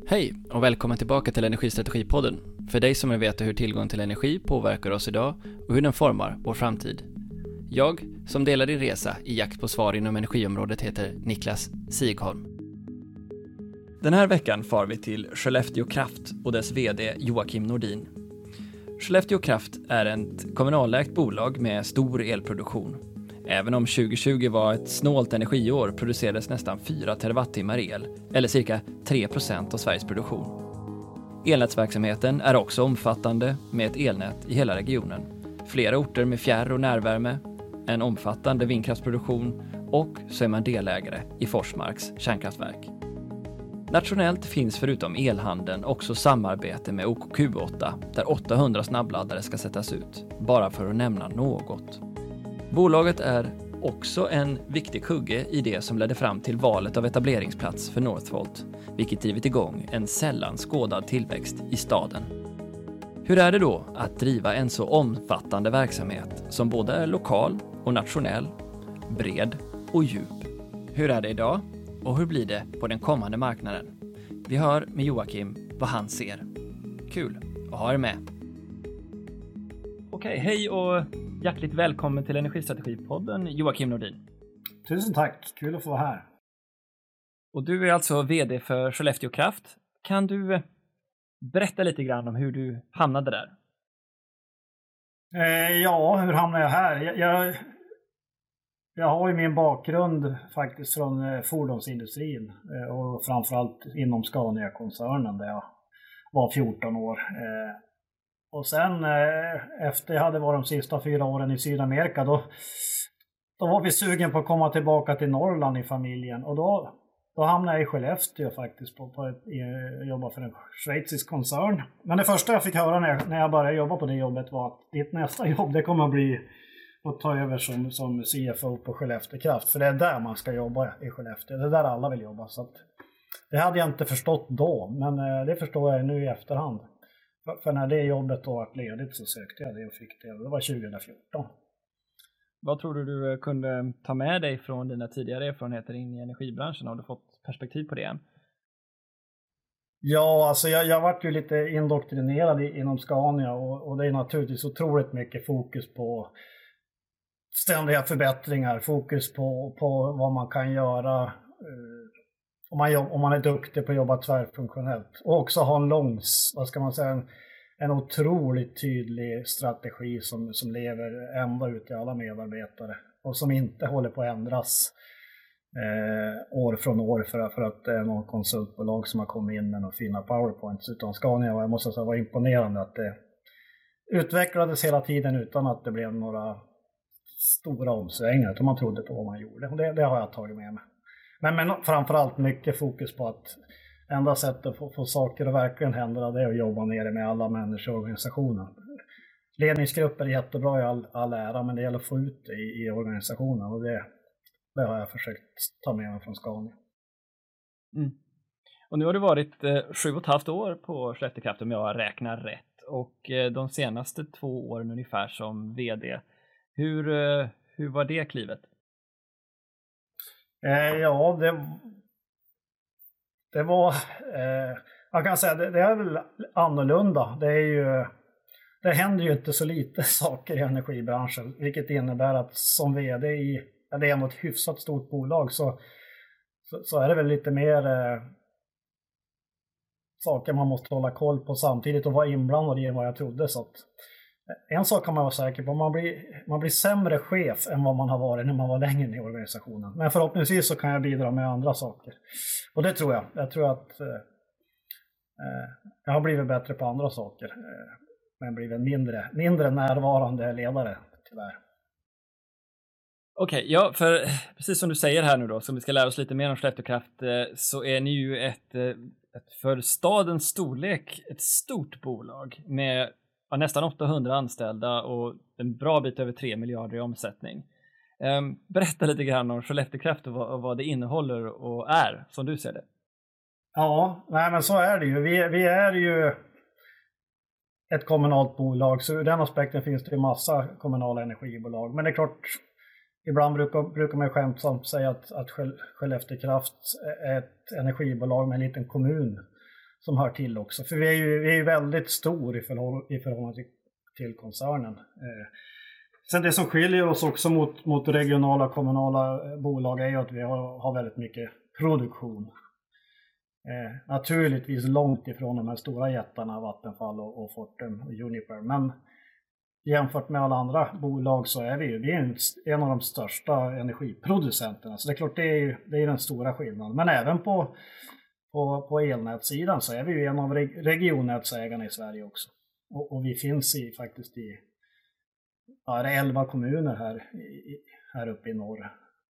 Hej och välkommen tillbaka till Energistrategipodden. För dig som vill veta hur tillgång till energi påverkar oss idag och hur den formar vår framtid. Jag, som delar din resa i jakt på svar inom energiområdet, heter Niklas Sigholm. Den här veckan far vi till Skellefteå Kraft och dess vd Joakim Nordin. Skellefteå Kraft är ett kommunalägt bolag med stor elproduktion. Även om 2020 var ett snålt energiår producerades nästan 4 terawattimmar el, eller cirka 3% av Sveriges produktion. Elnätsverksamheten är också omfattande med ett elnät i hela regionen. Flera orter med fjärr- och närvärme, en omfattande vindkraftsproduktion och så är man delägare i Forsmarks kärnkraftverk. Nationellt finns förutom elhandeln också samarbete med OKQ8 där 800 snabbladdare ska sättas ut, bara för att nämna något. Bolaget är också en viktig kugge i det som ledde fram till valet av etableringsplats för Northvolt, vilket drivit igång en sällan skådad tillväxt i staden. Hur är det då att driva en så omfattande verksamhet som både är lokal och nationell, bred och djup? Hur är det idag och hur blir det på den kommande marknaden? Vi hör med Joakim vad han ser. Kul att ha er med. Okej, hej och hjärtligt välkommen till Energistrategipodden, Joakim Nordin. Tusen tack, kul att få vara här. Och du är alltså vd för Skellefteå Kraft. Kan du berätta lite grann om hur du hamnade där? Ja, hur hamnade jag här? Jag har ju min bakgrund faktiskt från fordonsindustrin och framförallt inom Scania-koncernen där jag var 14 år. Och sen efter jag hade varit de sista 4 åren i Sydamerika då var vi sugen på att komma tillbaka till Norrland i familjen. Och då hamnade jag i Skellefteå faktiskt på jobba för en schweizisk koncern. Men det första jag fick höra när jag började jobba på det jobbet var att ditt nästa jobb det kommer att bli att ta över som CFO på Skellefteå Kraft. För det är där man ska jobba i Skellefteå. Det är där alla vill jobba. Så att, det hade jag inte förstått då, men det förstår jag nu i efterhand. För när det jobbet då var ledigt så sökte jag det och fick det. Det var 2014. Vad tror du kunde ta med dig från dina tidigare erfarenheter in i energibranschen? Har du fått perspektiv på det? Ja, alltså jag varit ju lite indoktrinerad inom Scania och det är naturligtvis otroligt mycket fokus på ständiga förbättringar. Fokus på vad man kan göra om man är duktig på att jobba tvärfunktionellt. Och också ha en otroligt tydlig strategi som lever ända ut till alla medarbetare. Och som inte håller på att ändras år från år för att det är någon konsultbolag som har kommit in med några fina powerpoints. Utan Scania, jag måste säga, var imponerande att det utvecklades hela tiden utan att det blev några stora omsvängningar. Utan man trodde på vad man gjorde. Och det har jag tagit med mig. Men framförallt mycket fokus på att enda sättet att få saker att verkligen hända det är att jobba nere med alla människor i organisationen. Ledningsgrupper är jättebra i all ära, men det gäller att få ut det i organisationen och det har jag försökt ta med mig från Scania. Mm. Och nu har du varit 7,5 år på Skellefteå Kraft om jag räknar rätt och de senaste 2 åren ungefär som vd. Hur var det klivet? Ja, det var, jag kan säga det är väl annorlunda. Det händer ju inte så lite saker i energibranschen, vilket innebär att som vd det är ändå ett hyfsat stort bolag så är det väl lite mer saker man måste hålla koll på samtidigt och vara inblandad i än vad jag trodde. Så att, en sak kan man vara säker på, man blir sämre chef än vad man har varit när man var längre i organisationen. Men förhoppningsvis så kan jag bidra med andra saker. Och det tror jag. Jag tror att jag har blivit bättre på andra saker. Men blivit mindre närvarande ledare, tyvärr. Okej, ja, för precis som du säger här nu då, som vi ska lära oss lite mer om Skellefteå Kraft, så är ni ju ett för stadens storlek ett stort bolag med nästan 800 anställda och en bra bit över 3 miljarder i omsättning. Berätta lite grann om Skellefteå Kraft och vad det innehåller och är, som du ser det. Ja, nej men så är det ju. Vi är ju ett kommunalt bolag, så ur den aspekten finns det ju massa kommunala energibolag. Men det är klart, ibland brukar man skämtsamt säga att Skellefteå Kraft är ett energibolag med en liten kommun som hör till också. För vi är ju väldigt stor i förhållande till koncernen. Sen det som skiljer oss också mot regionala och kommunala bolag är ju att vi har väldigt mycket produktion. Naturligtvis långt ifrån de här stora jättarna, Vattenfall och Fortum och Uniper. Men jämfört med alla andra bolag så är vi är en av de största energiproducenterna. Så det är klart, det är den stora skillnaden. Men även på elnätssidan så är vi ju en av regionnätsägarna i Sverige också. Och vi finns faktiskt i 11 kommuner här uppe i norr.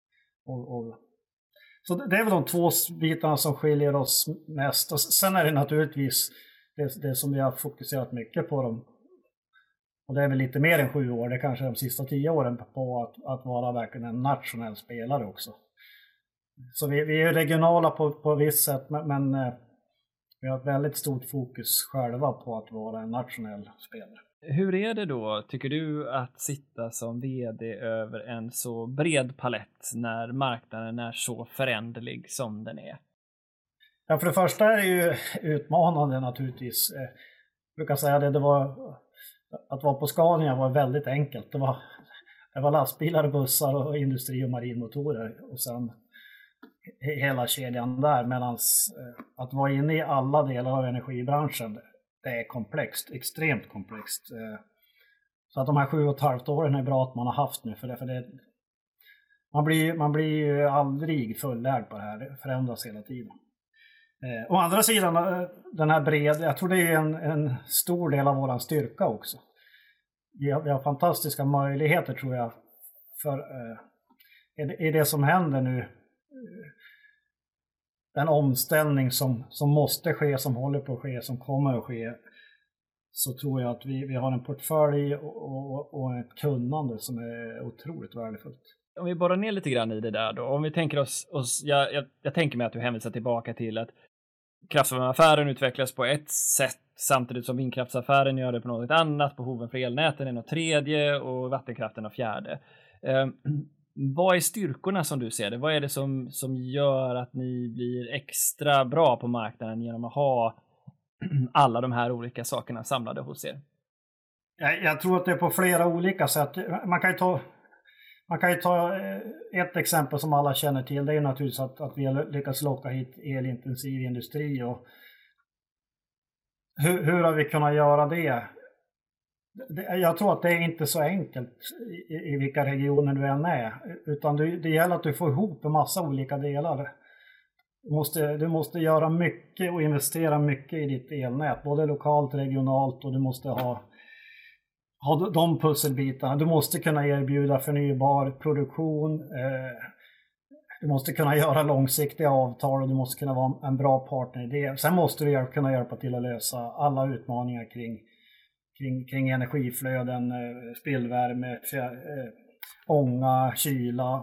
Så det är väl de två bitarna som skiljer oss mest. Och sen är det naturligtvis det som vi har fokuserat mycket på dem. Och det är väl lite mer än 7 år, det är kanske de sista 10 åren på att vara verkligen en nationell spelare också. Så vi är regionala på visst sätt, men vi har ett väldigt stort fokus själva på att vara en nationell spelare. Hur är det då, tycker du, att sitta som vd över en så bred palett när marknaden är så föränderlig som den är? Ja, för det första är det ju utmanande naturligtvis. Jag brukar säga att vara på Scania var väldigt enkelt. Det var lastbilar och bussar och industri och marinmotorer och sen hela kedjan där. Medan att vara inne i alla delar av energibranschen, det är komplext, extremt komplext. Så att de här 7,5 åren är bra att man har haft nu, för det man blir ju aldrig fullärd på det här, det förändras hela tiden. Å andra sidan, den här jag tror det är en stor del av våran styrka också. Vi har fantastiska möjligheter, tror jag, för i det som händer nu. Den omställning som måste ske, som håller på att ske, som kommer att ske, så tror jag att vi har en portfölj och ett kunnande som är otroligt värdefullt. Om vi borrar ner lite grann i det där då, om vi tänker oss jag tänker mig att du hänvisar tillbaka till att kraftvärmeaffären utvecklas på ett sätt samtidigt som vindkraftsaffären gör det på något annat, behoven för elnäten är något tredje och vattenkraften något fjärde. Vad är styrkorna som du ser det? Vad är det som gör att ni blir extra bra på marknaden genom att ha alla de här olika sakerna samlade hos er? Jag tror att det är på flera olika sätt. Man kan ju ta ett exempel som alla känner till. Det är naturligtvis att vi har lyckats locka hit elintensiv industri. Och hur har vi kunnat göra det? Jag tror att det är inte så enkelt i vilka regioner du än är. Utan det gäller att du får ihop en massa olika delar. Du måste göra mycket och investera mycket i ditt elnät. Både lokalt, regionalt, och du måste ha de pusselbitarna. Du måste kunna erbjuda förnybar produktion. Du måste kunna göra långsiktiga avtal och du måste kunna vara en bra partner i det. Sen måste du kunna hjälpa till att lösa alla utmaningar kring energiflöden, spillvärme, ånga, kyla.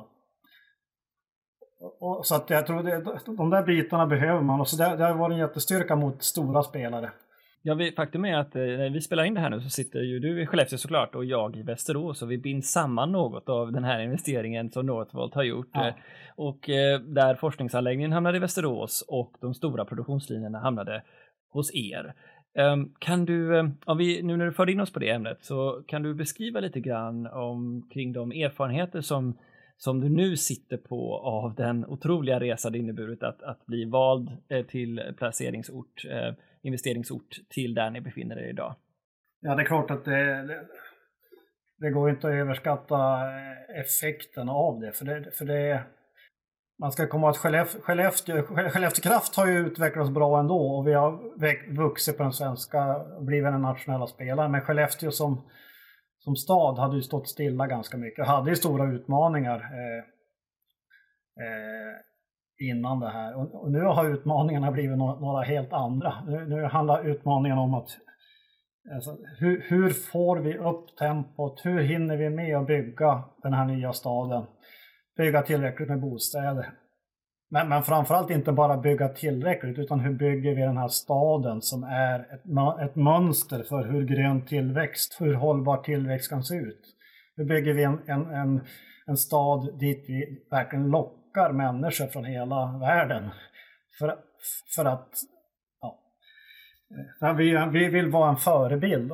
Så att jag tror de där bitarna behöver man. Och så det har varit en jättestyrka mot stora spelare. Ja, faktum är att när vi spelar in det här nu så sitter ju du i Skellefteå såklart och jag i Västerås, och vi binds samman något av den här investeringen som Northvolt har gjort. Ja. Och där forskningsanläggningen hamnade i Västerås och de stora produktionslinjerna hamnade hos er. Kan du, nu när du för in oss på det ämnet, så kan du beskriva lite grann kring de erfarenheter som du nu sitter på av den otroliga resa det inneburit att bli vald till investeringsort till där ni befinner er idag? Ja, det är klart att det går inte att överskatta effekten av det. För det man ska komma att Skellefteå Kraft har ju utvecklats bra ändå, och vi har vuxit på den svenska, blivit en nationella spelare. Men Skellefteå som stad hade ju stått stilla ganska mycket. Jag hade ju stora utmaningar innan det här. Och nu har utmaningarna blivit några helt andra. Nu handlar utmaningen om att hur får vi upp tempot? Hur hinner vi med att bygga den här nya staden? Bygga tillräckligt med bostäder. Men framförallt inte bara bygga tillräckligt, utan hur bygger vi den här staden som är ett mönster för hur grön tillväxt, hur hållbar tillväxt kan se ut. Hur bygger vi en stad dit vi verkligen lockar människor från hela världen. För att Vi vill vara en förebild.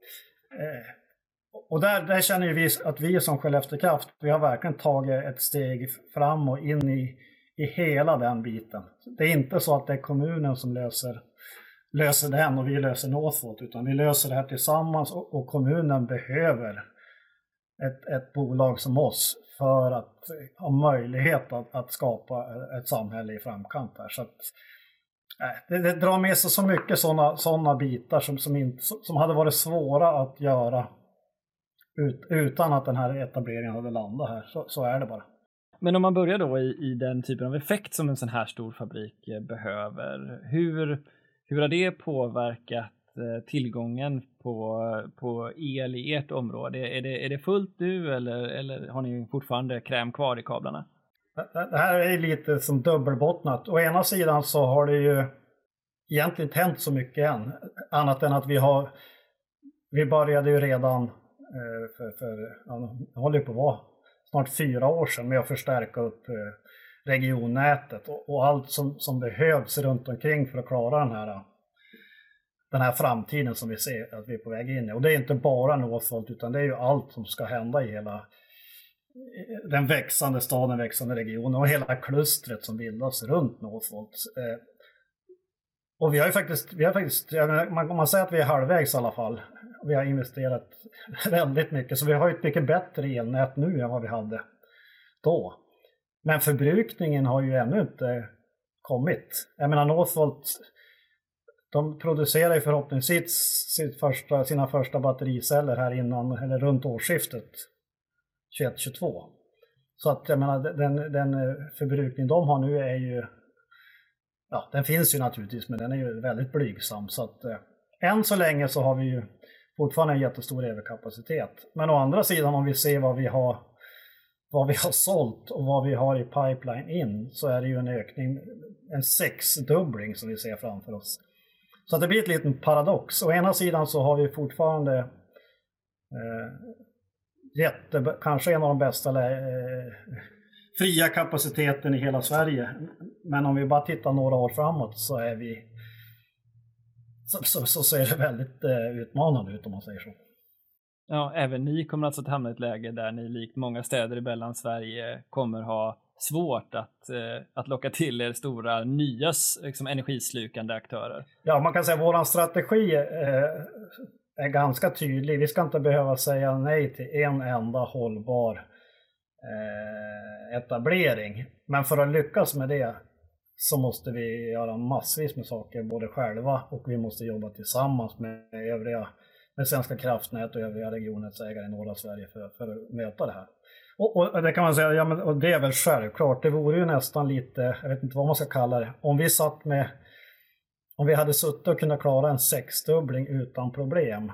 Och där känner vi att vi som Skellefteå Kraft, vi har verkligen tagit ett steg fram och in i hela den biten. Det är inte så att det är kommunen som löser den och vi löser Northvolt, utan vi löser det här tillsammans och kommunen behöver ett bolag som oss för att ha möjlighet att skapa ett samhälle i framkant där. Så att, det drar med sig så mycket sådana bitar som hade varit svåra att göra utan att den här etableringen hade landat här. Så är det bara. Men om man börjar då i den typen av effekt som en sån här stor fabrik behöver, hur har det påverkat tillgången på el i ert område? Är det fullt nu eller har ni fortfarande kräm kvar i kablarna? Det här är lite som dubbelbottnat. Å ena sidan så har det ju egentligen inte hänt så mycket än. Annat än att vi började ju redan det håller på att vara snart 4 år sedan med att förstärka upp regionnätet och allt som behövs runt omkring för att klara den här framtiden som vi ser att vi är på väg in i. Och det är inte bara Northvolt, utan det är ju allt som ska hända i hela den växande staden, växande regionen och hela klustret som bildas runt Northvolt. Och vi har faktiskt, man säger att vi är halvvägs i alla fall. Vi har investerat väldigt mycket, så vi har ett mycket bättre elnät nu än vad vi hade då. Men förbrukningen har ju ännu inte kommit. Jag menar Northvolt, de producerar ju förhoppningsvis sina första battericeller här innan, eller runt årsskiftet 21-22. Så att jag menar den förbrukning de har nu är ju, ja, den finns ju naturligtvis, men den är ju väldigt blygsam. Så att än så länge så har vi ju fortfarande en jättestor överkapacitet. Men å andra sidan, om vi ser vad vi har sålt och vad vi har i pipeline in, så är det ju en ökning, en 6-dubbling som vi ser framför oss. Så att det blir ett liten paradox. Å ena sidan så har vi fortfarande kanske en av de bästa fria kapaciteten i hela Sverige. Men om vi bara tittar några år framåt så är så ser det väldigt utmanande ut, om man säger så. Ja, även ni kommer alltså att hamna i ett läge där ni likt många städer i Mellansverige kommer ha svårt att locka till er stora nya liksom, energislukande aktörer. Ja, man kan säga att vår strategi är ganska tydlig. Vi ska inte behöva säga nej till en enda hållbar etablering. Men för att lyckas med det så måste vi göra massvis med saker både själva, och vi måste jobba tillsammans med Svenska kraftnät och övriga regionets ägare i norra Sverige för att möta det här. Och det kan man säga, ja, men, och det är väl självklart. Det vore ju nästan lite, jag vet inte vad man ska kalla det, om vi hade suttit och kunnat klara en 6-dubbling utan problem.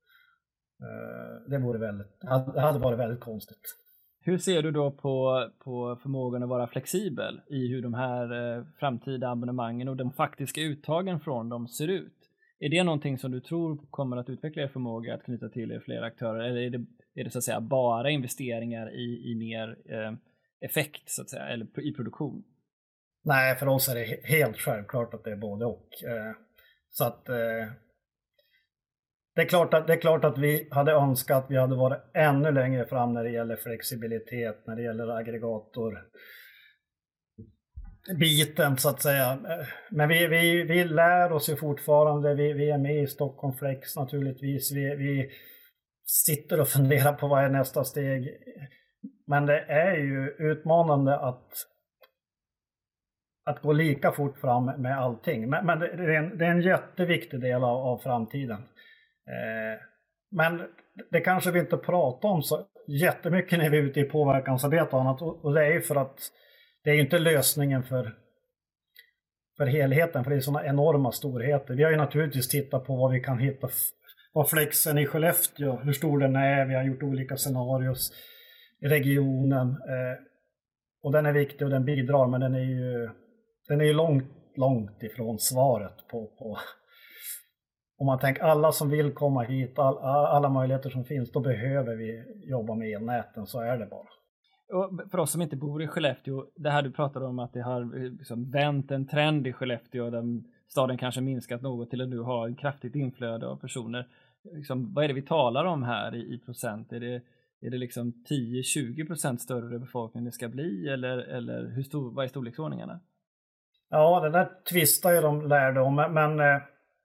Det hade varit väldigt konstigt. Hur ser du då på förmågan att vara flexibel i hur de här framtida abonnemangen och de faktiska uttagen från dem ser ut? Är det någonting som du tror kommer att utveckla er förmåga att knyta till er fler aktörer? Eller är det så att säga bara investeringar i mer effekt så att säga, eller i produktion? Nej, för oss är det helt självklart att det är både och. Så att det är klart att vi hade önskat att vi hade varit ännu längre fram när det gäller flexibilitet, när det gäller aggregator biten så att säga. Men vi lär oss ju fortfarande. Vi är med i Stockholm Flex naturligtvis. Vi sitter och funderar på vad är nästa steg. Men det är ju utmanande att gå lika fort fram med allting. Men det är en jätteviktig del av framtiden. Men det kanske vi inte pratar om så jättemycket när vi är ute i påverkansarbete och annat. Och det är ju för att det är ju inte lösningen för helheten, för det är sådana enorma storheter. Vi har ju naturligtvis tittat på vad vi kan hitta, vad flexen i Skellefteå, hur stor den är. Vi har gjort olika scenarios i regionen. Och den är viktig och den bidrar, men den är ju långt ifrån svaret på om man tänker alla som vill komma hit, alla möjligheter som finns, då behöver vi jobba med elnäten, så är det bara. Och för oss som inte bor i Skellefteå, det här du pratade om att det har liksom vänt en trend i Skellefteå, staden kanske minskat något till att nu ha en kraftigt inflöde av personer. Liksom, vad är det vi talar om här i procent? Är det liksom 10-20% större befolkning det ska bli, eller vad är storleksordningarna? Ja, det där tvistar ju de lärde om, men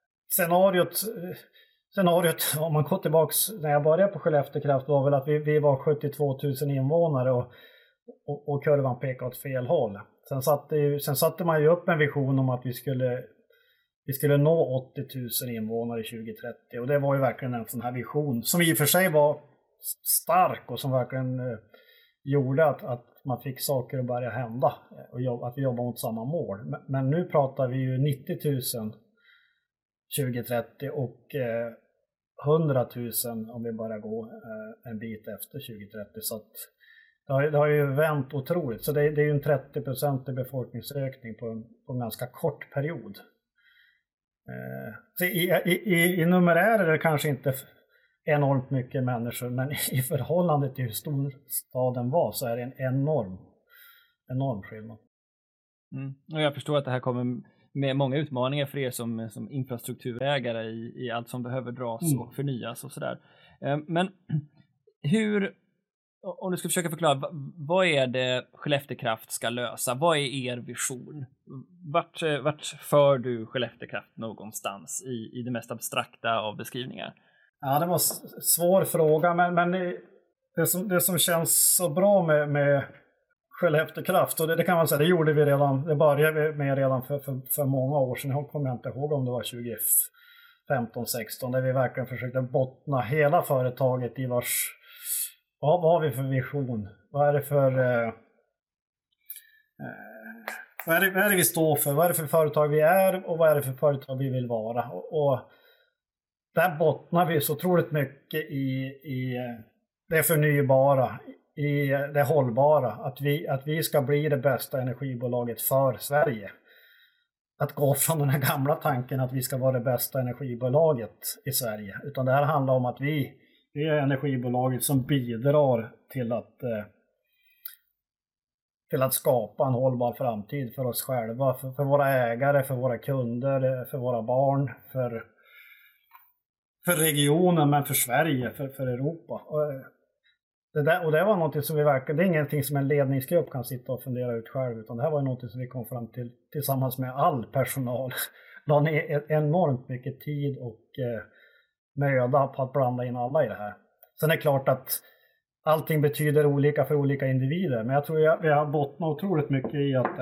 scenariot, om man går tillbaks när jag började på Skellefteå Kraft, var väl att vi var 72 000 invånare och kurvan pekade åt fel håll. Sen satte man ju upp en vision om att vi skulle nå 80 000 invånare 2030, och det var ju verkligen en sån här vision som i och för sig var stark och som verkligen gjorde att man fick saker att börja hända och att vi jobbar mot samma mål. Men nu pratar vi ju 90 000 2030 och 100 000 om vi bara går en bit efter 2030. Så att det har ju vänt otroligt. Så det är ju en 30% befolkningsökning på en ganska kort period. Så i numerärer är det kanske inte enormt mycket människor, men i förhållande till hur stor staden var så är det en enorm skillnad. Och jag förstår att det här kommer med många utmaningar för er som infrastrukturägare i allt som behöver dras och förnyas och sådär. Men om du ska försöka förklara, vad är det Skellefteå Kraft ska lösa? Vad är er vision? Vart för du Skellefteå Kraft någonstans i det mest abstrakta av beskrivningar? Ja, det var en svår fråga, men det som känns så bra med Skellefteå Kraft, och det kan man säga, det gjorde vi redan, det började vi med redan för många år sedan. Jag kommer inte ihåg om det var 2015-16, där vi verkligen försökte bottna hela företaget i vad har vi för vision? Vad är det vi står för? Vad är det för företag vi är och vad är det för företag vi vill vara? Och där bottnar vi så otroligt mycket i det förnybara, i det hållbara. Att vi ska bli det bästa energibolaget för Sverige. Att gå från den här gamla tanken att vi ska vara det bästa energibolaget i Sverige. Utan det här handlar om att vi är energibolaget som bidrar till att skapa en hållbar framtid för oss själva, för våra ägare, för våra kunder, för våra barn, för regionen, men för Sverige, för Europa. Och det var något som det är ingenting som en ledningsgrupp kan sitta och fundera ut själv, utan det här var något som vi kom fram till tillsammans med all personal. La ner enormt mycket tid och möda på att blanda in alla i det här. Sen är det klart att allting betyder olika för olika individer, men jag tror vi har bottnat otroligt mycket i att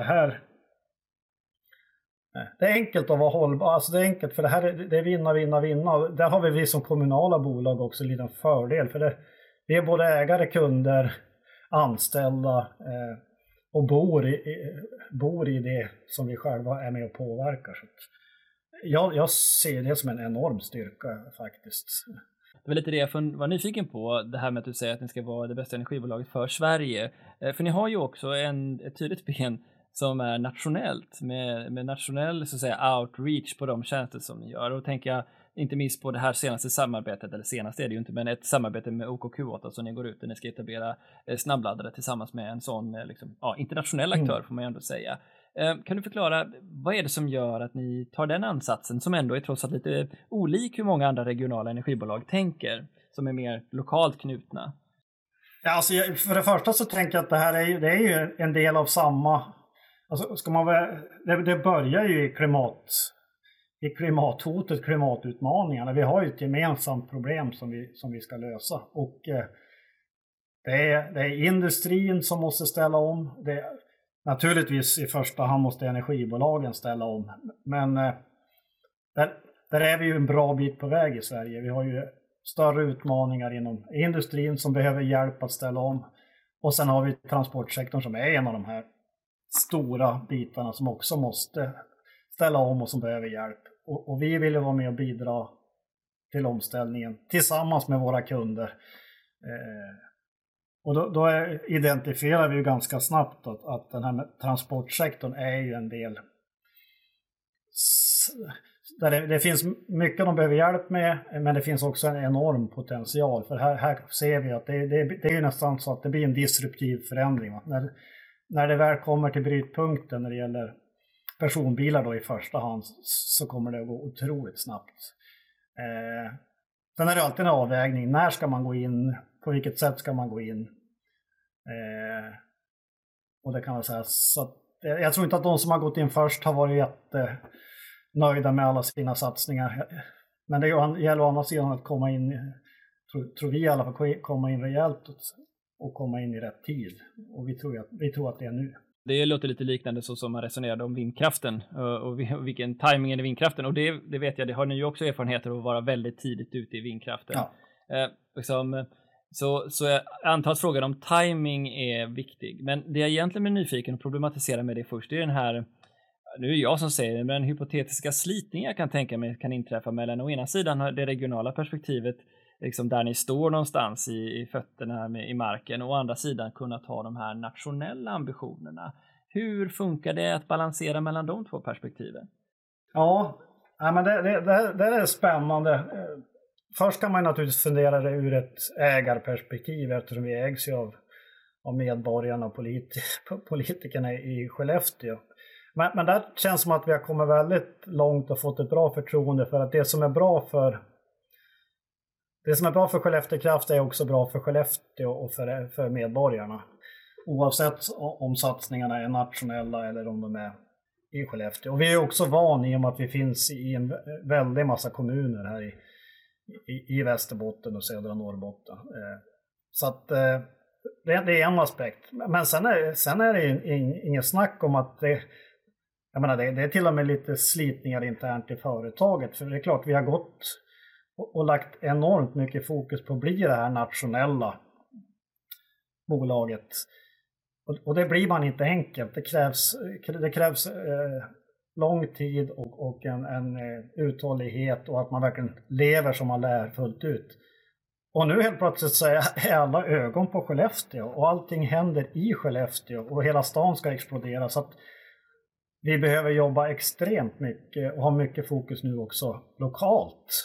det är enkelt att vara hållbar. Alltså det är enkelt, för det här är vinna. Där har vi som kommunala bolag också en liten fördel, för vi är både ägare, kunder, anställda och bor i det som vi själva är med och påverkar. Så jag ser det som en enorm styrka faktiskt. Det var lite det jag var nyfiken på, det här med att du säger att ni ska vara det bästa energibolaget för Sverige. För ni har ju också ett tydligt ben som är nationellt, med nationell så att säga outreach på de tjänster som ni gör. Och tänker jag inte minst på det här senaste samarbetet, eller senaste är det ju inte, men ett samarbete med OKQ8 som ni går ut och ni ska etablera snabbladdare tillsammans med en sån internationell aktör får man ju ändå säga. Kan du förklara, vad är det som gör att ni tar den ansatsen som ändå är trots allt lite olik hur många andra regionala energibolag tänker, som är mer lokalt knutna? Ja, alltså, för det första så tänker jag att det är ju en del av samma, alltså det börjar ju i klimathotet, klimatutmaningarna. Vi har ju ett gemensamt problem som vi ska lösa, och det är industrin som måste ställa om. Naturligtvis i första hand måste energibolagen ställa om, men där är vi ju en bra bit på väg i Sverige. Vi har ju större utmaningar inom industrin som behöver hjälp att ställa om, och sen har vi transportsektorn som är en av de här stora bitarna som också måste ställa om och som behöver hjälp. Och vi vill vara med och bidra till omställningen tillsammans med våra kunder. Och då identifierar vi ju ganska snabbt att den här transportsektorn är ju en del där det finns mycket de behöver hjälp med, men det finns också en enorm potential. För här ser vi att det är ju nästan så att det blir en disruptiv förändring. När det väl kommer till brytpunkten när det gäller personbilar då i första hand, så kommer det att gå otroligt snabbt. Sen är det alltid en avvägning. När ska man gå in? På vilket sätt ska man gå in? Och det kan man säga. Så att, jag tror inte att de som har gått in först har varit jättenöjda med alla sina satsningar. Men det gäller å andra sidan att komma in, tror vi i alla fall, komma in rejält och komma in i rätt tid. Och vi tror att det är nu. Det låter lite liknande så som man resonerade om vindkraften och vilken timing är i vindkraften. Och det vet jag, det har ni ju också erfarenheter av att vara väldigt tidigt ute i vindkraften. Ja. Så jag antar att frågan om timing är viktig. Men det jag egentligen är nyfiken och problematisera med det först, det är den här, nu är jag som säger det, men den hypotetiska slitningen jag kan tänka mig kan inträffa mellan å ena sidan det regionala perspektivet, liksom där ni står någonstans i fötterna i marken, och å andra sidan kunna ta de här nationella ambitionerna. Hur funkar det att balansera mellan de två perspektiven? Ja, men det är spännande. Först kan man naturligtvis fundera det ur ett ägarperspektiv, eftersom vi ägs ju av medborgarna och politikerna i Skellefteå. Men det känns som att vi har kommit väldigt långt och fått ett bra förtroende för att det som är bra för Skellefteå Kraft är också bra för Skellefteå och för medborgarna. Oavsett om satsningarna är nationella eller om de är i Skellefteå. Och vi är också vana i och med att vi finns i en väldig massa kommuner här i Västerbotten och södra Norrbotten. Så att det är en aspekt. Men sen är det inget snack om att det är till och med lite slitningar internt i företaget. För det är klart, vi har gått och lagt enormt mycket fokus på att bli det här nationella bolaget. Och det blir man inte enkelt. Det krävs lång tid och en uthållighet, och att man verkligen lever som man lär fullt ut. Och nu helt plötsligt så är alla ögon på Skellefteå och allting händer i Skellefteå och hela stan ska explodera, så att vi behöver jobba extremt mycket och ha mycket fokus nu också lokalt.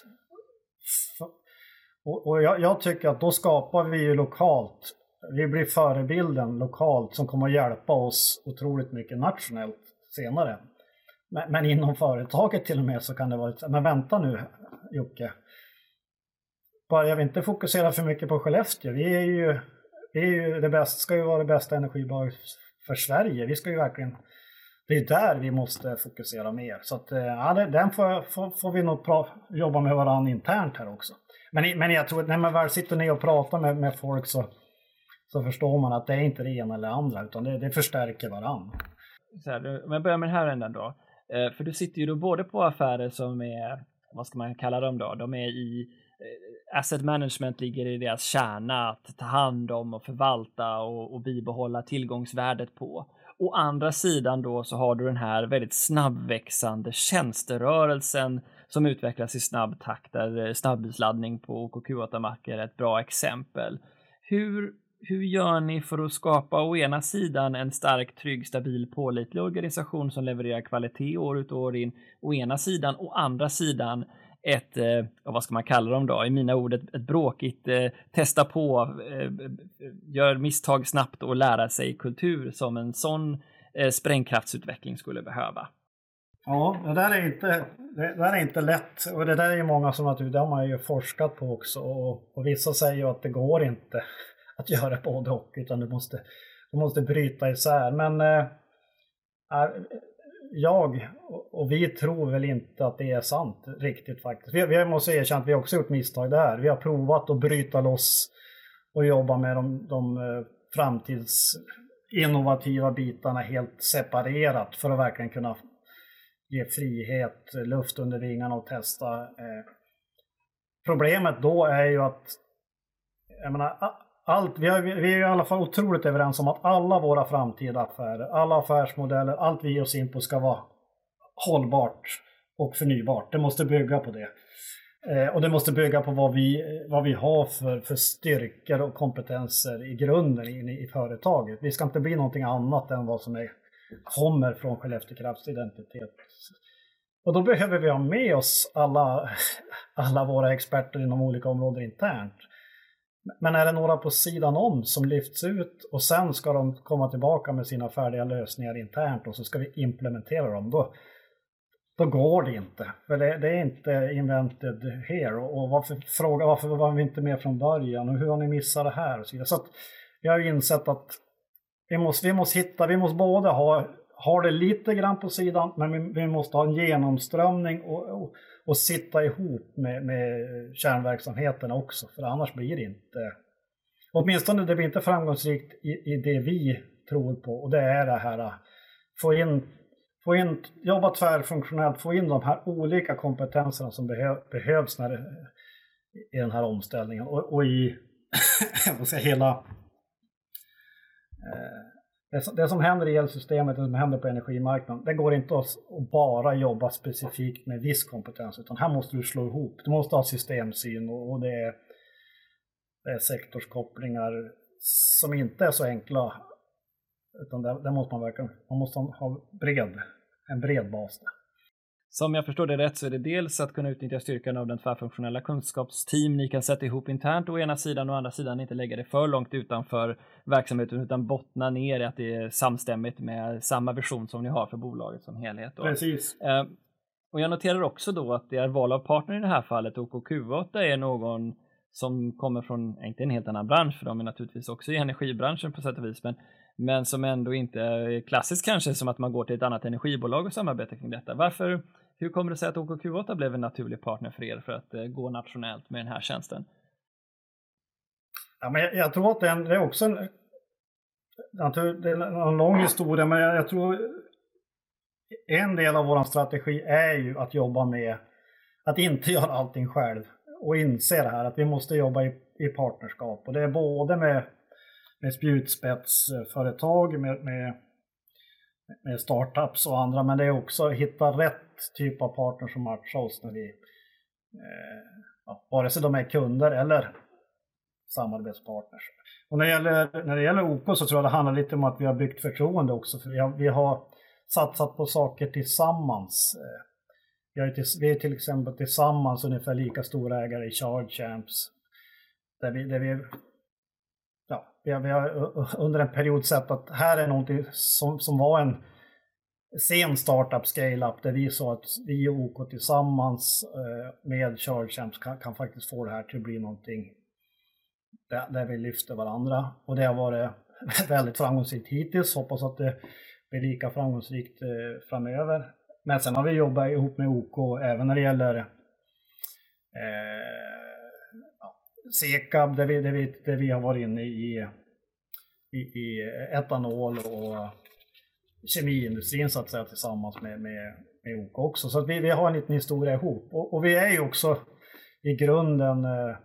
Och jag tycker att då skapar vi ju lokalt. Vi blir förebilden lokalt som kommer att hjälpa oss otroligt mycket nationellt senare. Men inom företaget till och med så kan det vara, men vänta nu Jocke. Bara jag vill inte fokusera för mycket på Skellefteå. Vi är ju det bästa, ska ju vara det bästa energibolaget för Sverige. Vi ska ju verkligen, det är där vi måste fokusera mer. Så att den får vi nog jobba med varandra internt här också. Men jag tror att när man väl sitter ner och pratar med folk så förstår man att det är inte det ena eller andra, utan det förstärker varandra. Så här, om jag börjar med den här änden då. För du sitter ju då både på affärer som är, vad ska man kalla dem då? De är i asset management, ligger i deras kärna att ta hand om och förvalta och bibehålla tillgångsvärdet på. Å andra sidan då så har du den här väldigt snabbväxande tjänsterörelsen som utvecklas i snabb takt, där snabbbilsladdning på OKQ8-mackor är ett bra exempel. Hur gör ni för att skapa å ena sidan en stark, trygg, stabil, pålitlig organisation som levererar kvalitet år ut och år in, å ena sidan, å andra sidan ett, vad ska man kalla dem då, i mina ord ett bråkigt testa på, gör misstag snabbt och lära sig kultur som en sån sprängkraftsutveckling skulle behöva? Ja, det där är inte lätt, och det där är ju många som naturligtvis, de har ju forskat på också, och vissa säger ju att det går inte att göra både och, utan du måste bryta isär. Men jag och vi tror väl inte att det är sant riktigt faktiskt. Vi måste erkänna att vi också gjort misstag där. Vi har provat att bryta loss och jobba med de framtidsinnovativa bitarna helt separerat för att verkligen kunna ge frihet, luft under vingarna och testa. Problemet då är ju att, jag menar, vi är i alla fall otroligt överens om att alla våra framtida affärer, alla affärsmodeller, allt vi ger oss in på ska vara hållbart och förnybart. Det måste bygga på det. Och det måste bygga på vad vi har för styrkor och kompetenser i grunden i företaget. Vi ska inte bli någonting annat än vad som kommer från Skellefteå Krafts identitet. Och då behöver vi ha med oss alla våra experter inom olika områden internt. Men är det några på sidan om som lyfts ut och sen ska de komma tillbaka med sina färdiga lösningar internt och så ska vi implementera dem, då går det inte. För det är inte invented here. Och varför var vi inte med från början och hur har ni missat det här? Och så vidare. Så att jag har ju insett att vi måste både ha det lite grann på sidan, men vi måste ha en genomströmning och sitta ihop med kärnverksamheterna också. För annars blir det inte, åtminstone det blir inte framgångsrikt i det vi tror på. Och det är det här, jobba tvärfunktionellt, få in de här olika kompetenserna som behövs i den här omställningen. Och i hela det som händer i elsystemet, det som händer på energimarknaden, det går inte att bara jobba specifikt med viss kompetens, utan här måste du slå ihop. Du måste ha systemsyn och det är sektorskopplingar som inte är så enkla, utan där måste man måste ha en bred bas där. Som jag förstår det rätt så är det dels att kunna utnyttja styrkan av den tvärfunktionella kunskapsteam ni kan sätta ihop internt å ena sidan, och å andra sidan inte lägga det för långt utanför verksamheten utan bottna ner i att det är samstämmigt med samma vision som ni har för bolaget som helhet. Precis. Och jag noterar också då att det är val av partner i det här fallet. OKQ8 är någon som kommer från, inte en helt annan bransch, för de är naturligtvis också i energibranschen på sätt och vis, men som ändå inte är klassiskt kanske som att man går till ett annat energibolag och samarbetar kring detta. Hur kommer det sig att OKQ8 blev en naturlig partner för er för att gå nationellt med den här tjänsten? Ja, men jag tror att det är också det är en lång historia, men jag tror en del av vår strategi är ju att jobba med att inte göra allting själv och inse det här att vi måste jobba i partnerskap, och det är både med spjutspetsföretag, med startups och andra, men det är också att hitta rätt typ av partner som matchar oss när vi vare sig de är kunder eller samarbetspartners. Och när det gäller OK så tror jag det handlar lite om att vi har byggt förtroende också, för vi har satsat på saker tillsammans. Vi är till exempel tillsammans ungefär lika stora ägare i ChargeAmps, där vi har under en period sett att här är någonting som var en sen startup scale-up, där vi sa att vi och OK tillsammans med ChargeAmps kan faktiskt få det här till att bli någonting där vi lyfter varandra. Och det har varit väldigt framgångsrikt hittills, hoppas att det blir lika framgångsrikt framöver. Men sen har vi jobbat ihop med OK även när det gäller Sekab, där vi har varit inne i etanol och kemiindustrin så att säga tillsammans med OK också. Så att vi har en liten historia ihop. Och vi är ju också i grunden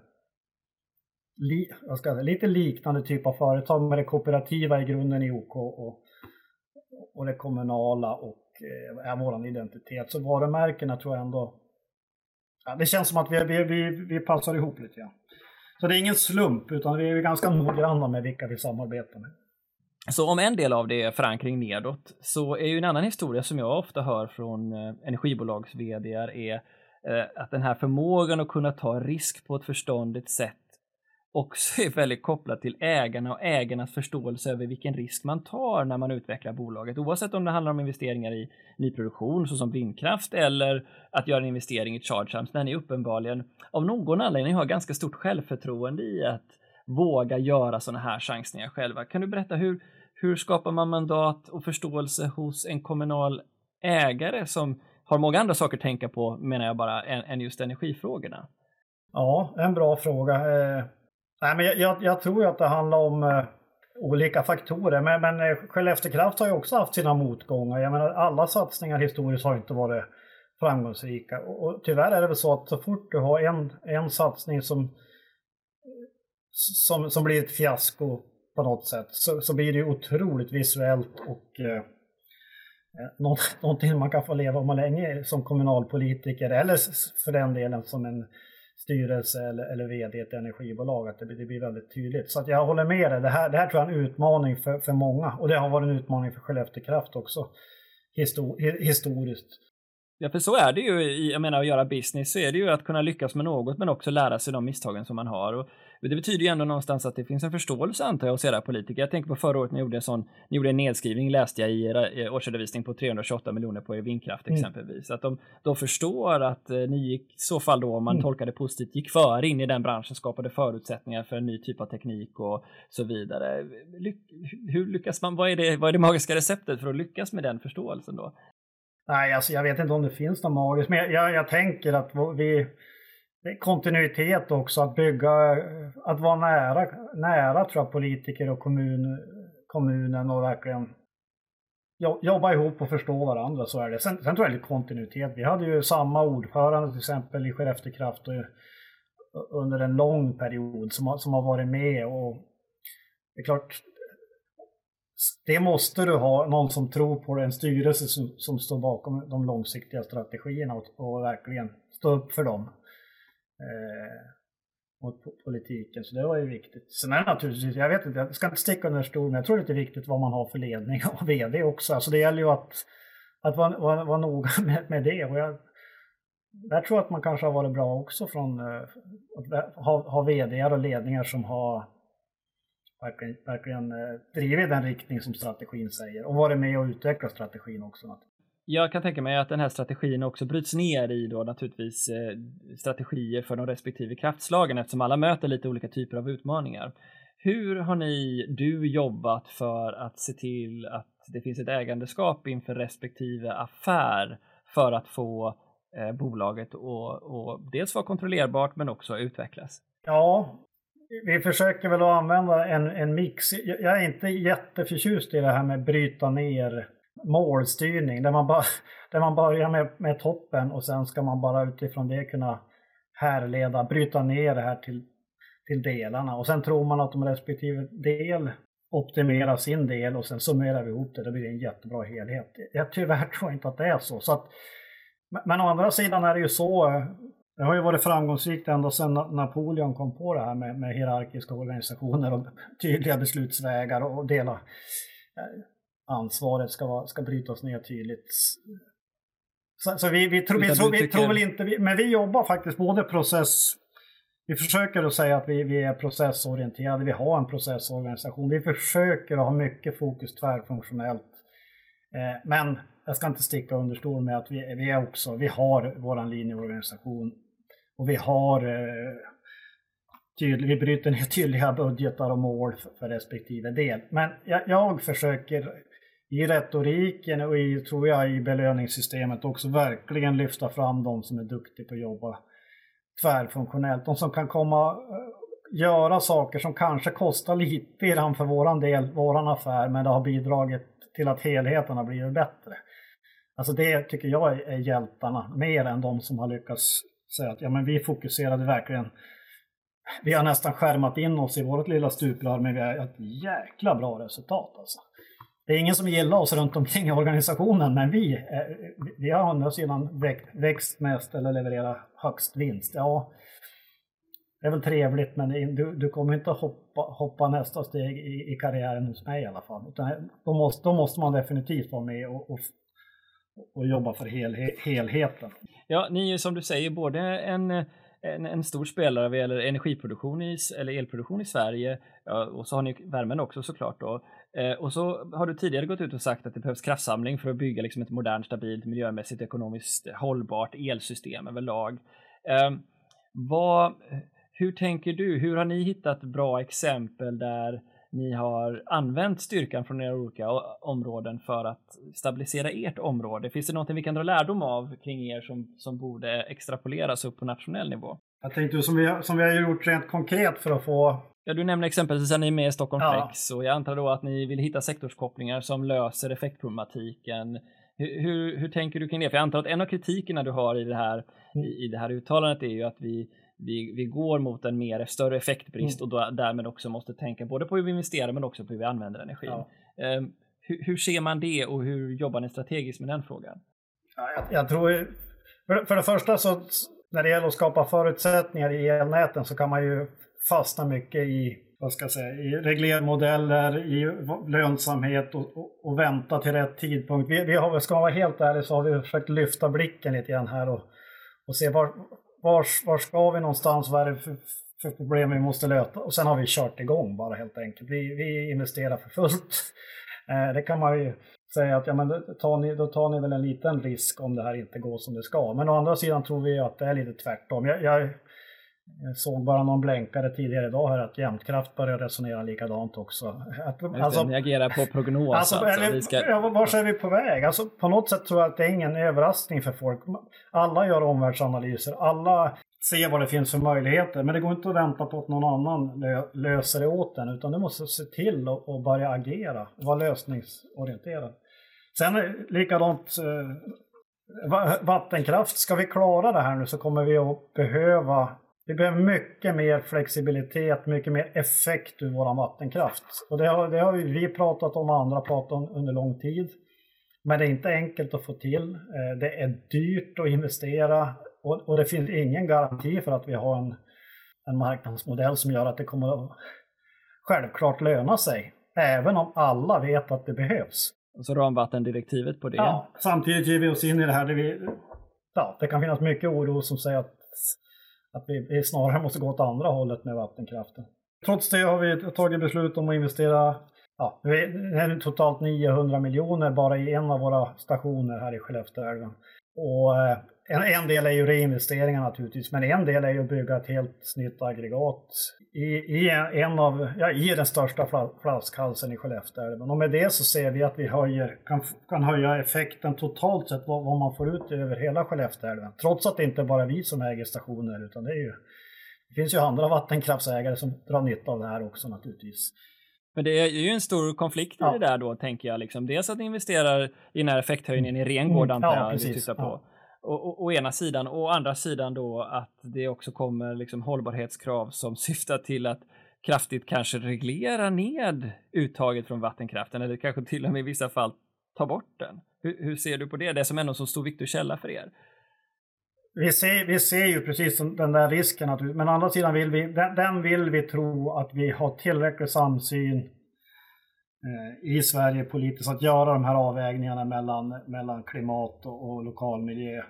lite liknande typ av företag, med det kooperativa i grunden i OK och det kommunala och vår identitet. Så varumärkena tror jag ändå, det känns som att vi passar ihop lite grann. Så det är ingen slump, utan vi är ganska noggranna med vilka vi samarbetar med. Så om en del av det är förankring nedåt, så är ju en annan historia som jag ofta hör från energibolags vd:ar är att den här förmågan att kunna ta risk på ett förståndigt sätt också är väldigt kopplat till ägarna och ägarnas förståelse över vilken risk man tar när man utvecklar bolaget. Oavsett om det handlar om investeringar i nyproduktion såsom vindkraft eller att göra en investering i ChargeAmps, när ni uppenbarligen av någon anledning har ganska stort självförtroende i att våga göra sådana här chansningar själva. Kan du berätta hur skapar man mandat och förståelse hos en kommunal ägare som har många andra saker att tänka på, menar jag bara, än just energifrågorna? Ja, en bra fråga. Nej, men jag tror ju att det handlar om olika faktorer. Men Skellefteå Kraft har ju också haft sina motgångar. Jag menar, alla satsningar historiskt har inte varit framgångsrika. Och tyvärr är det väl så att så fort du har en satsning som blir ett fiasko på något sätt, så blir det ju otroligt visuellt och någonting man kan få leva med länge som kommunalpolitiker, eller för den delen som en styrelse eller vd i ett energibolag, att det blir väldigt tydligt. Så att jag håller med dig, det här tror jag är en utmaning för många, och det har varit en utmaning för Skellefteå Kraft också historiskt. Ja, för så är det ju, jag menar, att göra business, så är det ju att kunna lyckas med något men också lära sig de misstagen som man har. Och Det betyder ju ändå någonstans att det finns en förståelse, antar jag, hos era politiker. Jag tänker på förra året ni gjorde en nedskrivning, läste jag i er årsredovisning, på 328 miljoner på er vindkraft exempelvis. Att de förstår att ni i så fall då, om man tolkar det positivt, gick före in i den branschen, skapade förutsättningar för en ny typ av teknik och så vidare. Hur lyckas man? Vad är det magiska receptet för att lyckas med den förståelsen då? Nej, alltså jag vet inte om det finns något magiskt, men jag tänker att det är kontinuitet också, att vara nära tror jag, politiker och kommunen och verkligen jobba ihop och förstå varandra, så är det. Sen tror jag det är kontinuitet. Vi hade ju samma ordförande till exempel i Skellefteå Kraft under en lång period som har varit med, och det är klart, det måste du ha, någon som tror på det, en styrelse som står bakom de långsiktiga strategierna och verkligen stå upp för dem mot politiken. Så det var ju viktigt. Sen är det naturligtvis, jag vet inte, jag ska inte sticka under stol, men jag tror det är viktigt vad man har för ledning och vd också. Alltså det gäller ju att vara noga med det. Och jag tror att man kanske har varit bra också från att ha vd:ar och ledningar som har verkligen drivit den riktning som strategin säger, och varit med och utveckla strategin också. Jag kan tänka mig att den här strategin också bryts ner i då naturligtvis strategier för de respektive kraftslagen, eftersom alla möter lite olika typer av utmaningar. Hur har du jobbat för att se till att det finns ett ägandeskap inför respektive affär för att få bolaget och dels vara kontrollerbart men också utvecklas? Ja, vi försöker väl att använda en mix. Jag är inte jätteförtjust i det här med bryta ner målstyrning, där man börjar med toppen och sen ska man bara utifrån det kunna bryta ner det här till delarna, och sen tror man att de respektive del optimerar sin del och sen summerar vi ihop det blir en jättebra helhet. Jag tyvärr tror inte att det är så men å andra sidan är det ju så, det har ju varit framgångsrikt ända sedan Napoleon kom på det här med hierarkiska organisationer och tydliga beslutsvägar och dela ansvaret ska brytas ner tydligt. Så vi tror väl inte, men vi jobbar faktiskt både vi försöker att säga att vi är processorienterade, vi har en processorganisation, vi försöker att ha mycket fokus tvärfunktionellt, men jag ska inte sticka under stol med att vi har våran linjeorganisation och vi bryter ner tydliga budgetar och mål för respektive del. Men jag försöker i retoriken och tror jag i belöningssystemet också verkligen lyfta fram de som är duktiga på att jobba tvärfunktionellt. De som kan göra saker som kanske kostar lite grann för våran affär, men det har bidragit till att helheten har blivit bättre. Alltså det tycker jag är hjältarna, mer än de som har lyckats säga att men vi fokuserade verkligen. Vi har nästan skärmat in oss i vårt lilla stuprör, men vi har ett jäkla bra resultat alltså. Det är ingen som gillar oss runt omkring i organisationen, men vi har å andra sidan växt mest eller levererat högst vinst. Ja, det är väl trevligt, men du kommer inte att hoppa nästa steg i karriären hos mig i alla fall. Utan då måste man definitivt vara med och jobba för helheten. Ja, ni är som du säger både en stor spelare vad gäller energiproduktion eller elproduktion i Sverige, och så har ni värmen också såklart då. Och så har du tidigare gått ut och sagt att det behövs kraftsamling för att bygga liksom ett modernt, stabilt, miljömässigt, ekonomiskt hållbart elsystem överlag. Hur tänker du? Hur har ni hittat bra exempel där ni har använt styrkan från era olika områden för att stabilisera ert område? Finns det någonting vi kan dra lärdom av kring er som borde extrapoleras upp på nationell nivå? Jag tänkte som vi har gjort rent konkret för att få... Ja, du nämner exempelvis att ni är med i Stockholm Flex, och jag antar då att ni vill hitta sektorskopplingar som löser effektproblematiken. Hur tänker du kring det? För jag antar att en av kritikerna du har i det här uttalandet är ju att vi går mot en större effektbrist och då därmed också måste tänka både på hur vi investerar men också på hur vi använder energin. Ja. Hur ser man det och hur jobbar ni strategiskt med den frågan? Ja, jag tror, för det första så när det gäller att skapa förutsättningar i elnäten så kan man ju fastna mycket i reglermodeller, i lönsamhet och vänta till rätt tidpunkt. Ska man vara helt ärlig så har vi försökt lyfta blicken lite grann här och se var ska vi någonstans, vad är det för problem vi måste lösa. Och sen har vi kört igång bara helt enkelt. Vi investerar för fullt. Det kan man ju säga att men då tar ni väl en liten risk om det här inte går som det ska. Men å andra sidan tror vi att det är lite tvärtom. Jag såg bara någon blänkare tidigare idag här att Jämtkraft börjar resonera likadant också. Ni agerar på prognos. Var är vi på väg? Alltså, på något sätt tror jag att det är ingen överraskning för folk. Alla gör omvärldsanalyser. Alla ser vad det finns för möjligheter. Men det går inte att vänta på att någon annan löser det åt den. Utan du måste se till och börja agera. Vara lösningsorienterad. Sen likadant vattenkraft. Ska vi klara det här nu så kommer vi att behöva mycket mer flexibilitet, mycket mer effekt ur våran vattenkraft. Och det har vi pratat om och andra pratat om under lång tid. Men det är inte enkelt att få till. Det är dyrt att investera och det finns ingen garanti för att vi har en marknadsmodell som gör att det kommer att självklart löna sig. Även om alla vet att det behövs. Och så ramvattendirektivet på det. Ja, samtidigt ger vi oss in i det här. Det kan finnas mycket oro som säger att vi snarare måste gå åt andra hållet med vattenkraften. Trots det har vi tagit beslut om att investera det är totalt 900 miljoner bara i en av våra stationer här i Skellefteälven. Och en del är ju reinvesteringar naturligtvis, men en del är ju att bygga ett helt nytt aggregat i den största flaskhalsen i Skellefteälven. Och med det så ser vi att vi kan höja effekten totalt sett vad man får ut över hela Skellefteälven. Trots att det inte bara är vi som äger stationer, utan det finns ju andra vattenkraftsägare som drar nytta av det här också naturligtvis. Men det är ju en stor konflikt i det där då, tänker jag. Liksom. Dels att ni investerar i den här effekthöjningen i Rengård, antar jag, precis. vi tittar på. Och ena sidan, och andra sidan då att det också kommer liksom hållbarhetskrav som syftar till att kraftigt kanske reglera ned uttaget från vattenkraften, eller kanske till och med i vissa fall ta bort den. Hur ser du på det? Det är som ändå så stor viktig källa för er. Vi ser ju precis den där risken, men å andra sidan vill vi tro att vi har tillräcklig samsyn i Sverige politiskt att göra de här avvägningarna mellan klimat och lokal miljö.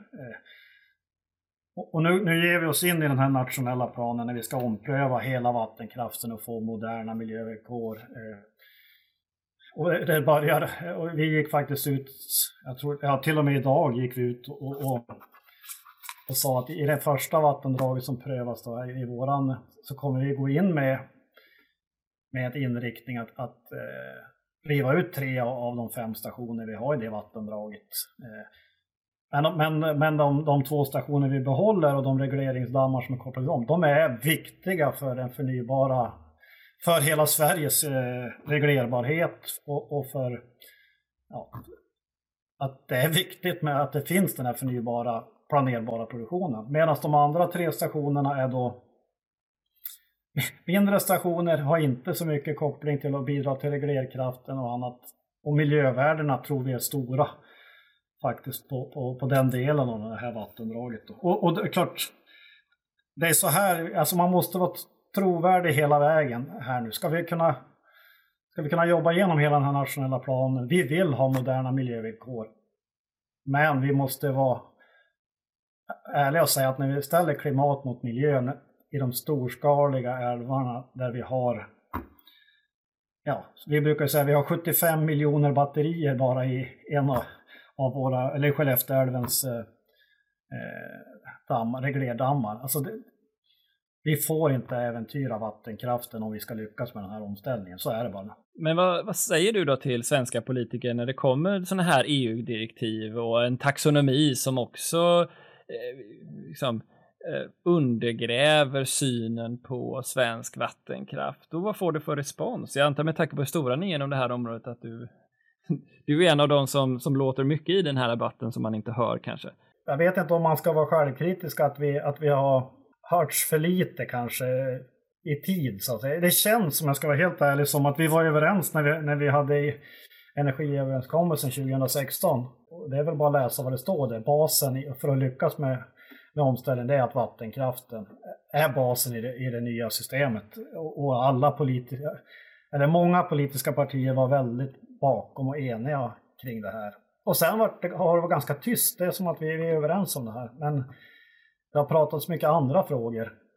Och nu ger vi oss in i den här nationella planen när vi ska ompröva hela vattenkraften och få moderna miljövillkor. Och det börjar, och vi gick faktiskt ut, till och med idag gick vi ut och sa att i det första vattendraget som prövas då, i våran, så kommer vi gå in med ett inriktning att riva ut 3 av de 5 stationer vi har i det vattendraget. Men de 2 stationer vi behåller och de regleringsdammar som är kopplade om, de är viktiga för den förnybara, för hela Sveriges reglerbarhet och för att det är viktigt med att det finns den här förnybara planerbara produktionen. Medan de andra 3 stationerna är då mindre stationer, har inte så mycket koppling till att bidra till reglerkraften och annat. Och miljövärdena tror vi är stora faktiskt på den delen av det här vattendraget. Och det är klart, det är så här, alltså man måste vara trovärdig hela vägen här nu. Ska vi kunna jobba igenom hela den här nationella planen? Vi vill ha moderna miljövillkor. Men vi måste vara ärliga och säga att när vi ställer klimat mot miljön i de storskaliga älvarna där vi har, vi brukar säga att vi har 75 miljoner batterier bara i en av våra, eller Skellefteälvens reglerdammar. Alltså vi får inte äventyra vattenkraften om vi ska lyckas med den här omställningen. Så är det bara. Men vad säger du då till svenska politiker när det kommer såna här EU-direktiv och en taxonomi som också undergräver synen på svensk vattenkraft? Och vad får du för respons? Jag antar med tanke på hur stora ni är inom det här området att du är en av dem som låter mycket i den här debatten som man inte hör kanske. Jag vet inte om man ska vara självkritisk att vi har hörts för lite kanske i tid. Så att säga. Det känns, som jag ska vara helt ärlig, som att vi var överens när vi hade energiöverenskommelsen 2016. Det är väl bara att läsa vad det står där. Basen för att lyckas med omställningen, det är att vattenkraften är basen i det nya systemet. Och alla många politiska partier var väldigt bakom och eniga kring det här. Och sen har det varit ganska tyst. Det är som att vi är överens om det här. Men det har pratats mycket andra frågor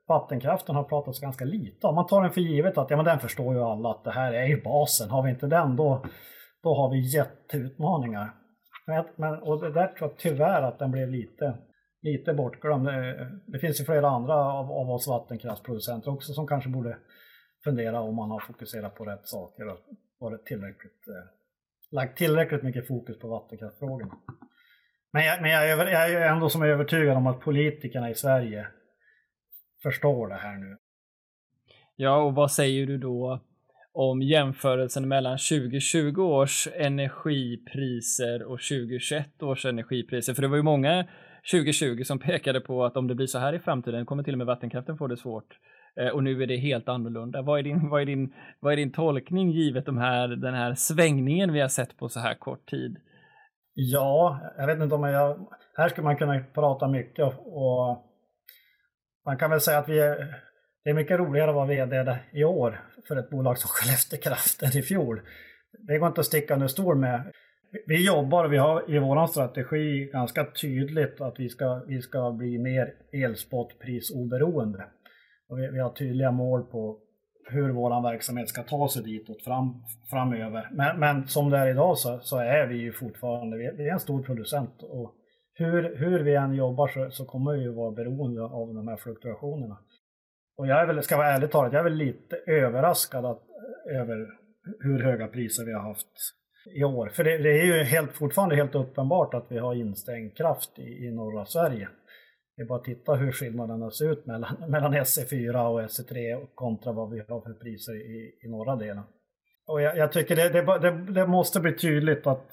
vattenkraften har pratats ganska lite om. Man tar den för givet att men den förstår ju alla att det här är ju basen. Har vi inte den då har vi jätteutmaningar. Och det där tror jag tyvärr att den blev lite bortglömd. Det finns ju flera andra av oss vattenkraftsproducenter också som kanske borde fundera om man har fokuserat på rätt saker och varit lagt tillräckligt mycket fokus på vattenkraftfrågorna. Men jag är ju ändå som övertygad om att politikerna i Sverige förstår det här nu. Ja, och vad säger du då om jämförelsen mellan 2020 års energipriser och 2021 års energipriser? För det var ju många 2020 som pekade på att om det blir så här i framtiden kommer till och med vattenkraften få det svårt. Och nu är det helt annorlunda. Vad är din tolkning givet den här svängningen vi har sett på så här kort tid? Ja, jag vet inte om här skulle man kunna prata mycket och man kan väl säga att det är mycket roligare att vara vd i år för ett bolag som Skellefteå Kraft än i fjol. Det går inte att sticka under stol med. Vi jobbar och vi har i vår strategi ganska tydligt att vi ska bli mer elspotprisoberoende. Och vi har tydliga mål på hur vår verksamhet ska ta sig ditåt framöver. Men som det är idag så är vi ju fortfarande, vi är en stor producent och hur vi än jobbar så kommer vi ju vara beroende av de här fluktuationerna. Och ska vara ärligt talat, jag är väl lite överraskad över hur höga priser vi har haft i år. För det är ju fortfarande helt uppenbart att vi har instängd kraft i norra Sverige. Det är bara att titta hur skillnaderna ser ut mellan SE4 och SE3 kontra vad vi har för priser i norra delen. Och jag tycker det måste bli tydligt att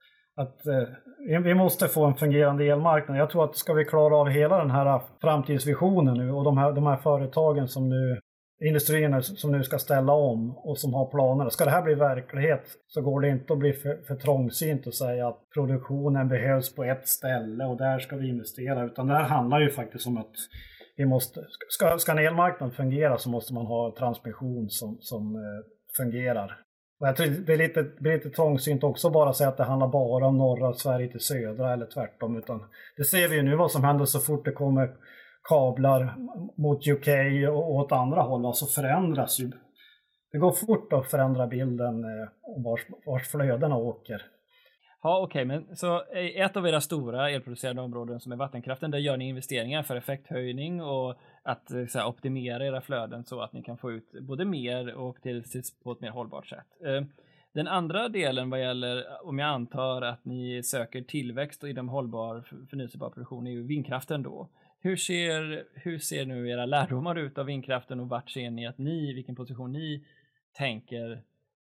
vi måste få en fungerande elmarknad. Jag tror att ska vi klara av hela den här framtidsvisionen nu och de här företagen industrierna som nu ska ställa om och som har planer. Ska det här bli verklighet så går det inte att bli för trångsynt och säga att produktionen behövs på ett ställe och där ska vi investera. Utan det här handlar ju faktiskt om att ska en elmarknad fungera så måste man ha transmission som fungerar. Och jag tror det blir lite trångsynt också bara säga att det handlar bara om norra Sverige till södra eller tvärtom. Utan det ser vi ju nu vad som händer så fort det kommer kablar mot UK och åt andra håll, så förändras ju. Det går fort att förändra bilden om vars flödena åker. Ja, okej, men så ett av era stora elproducerande områden som är vattenkraften, där gör ni investeringar för effekthöjning och att optimera era flöden så att ni kan få ut både mer och på ett mer hållbart sätt. Den andra delen vad gäller, om jag antar att ni söker tillväxt inom hållbar förnyelsebar produktion, är ju vindkraften då. Hur ser nu era lärdomar ut av vindkraften och vart ser ni vilken position ni tänker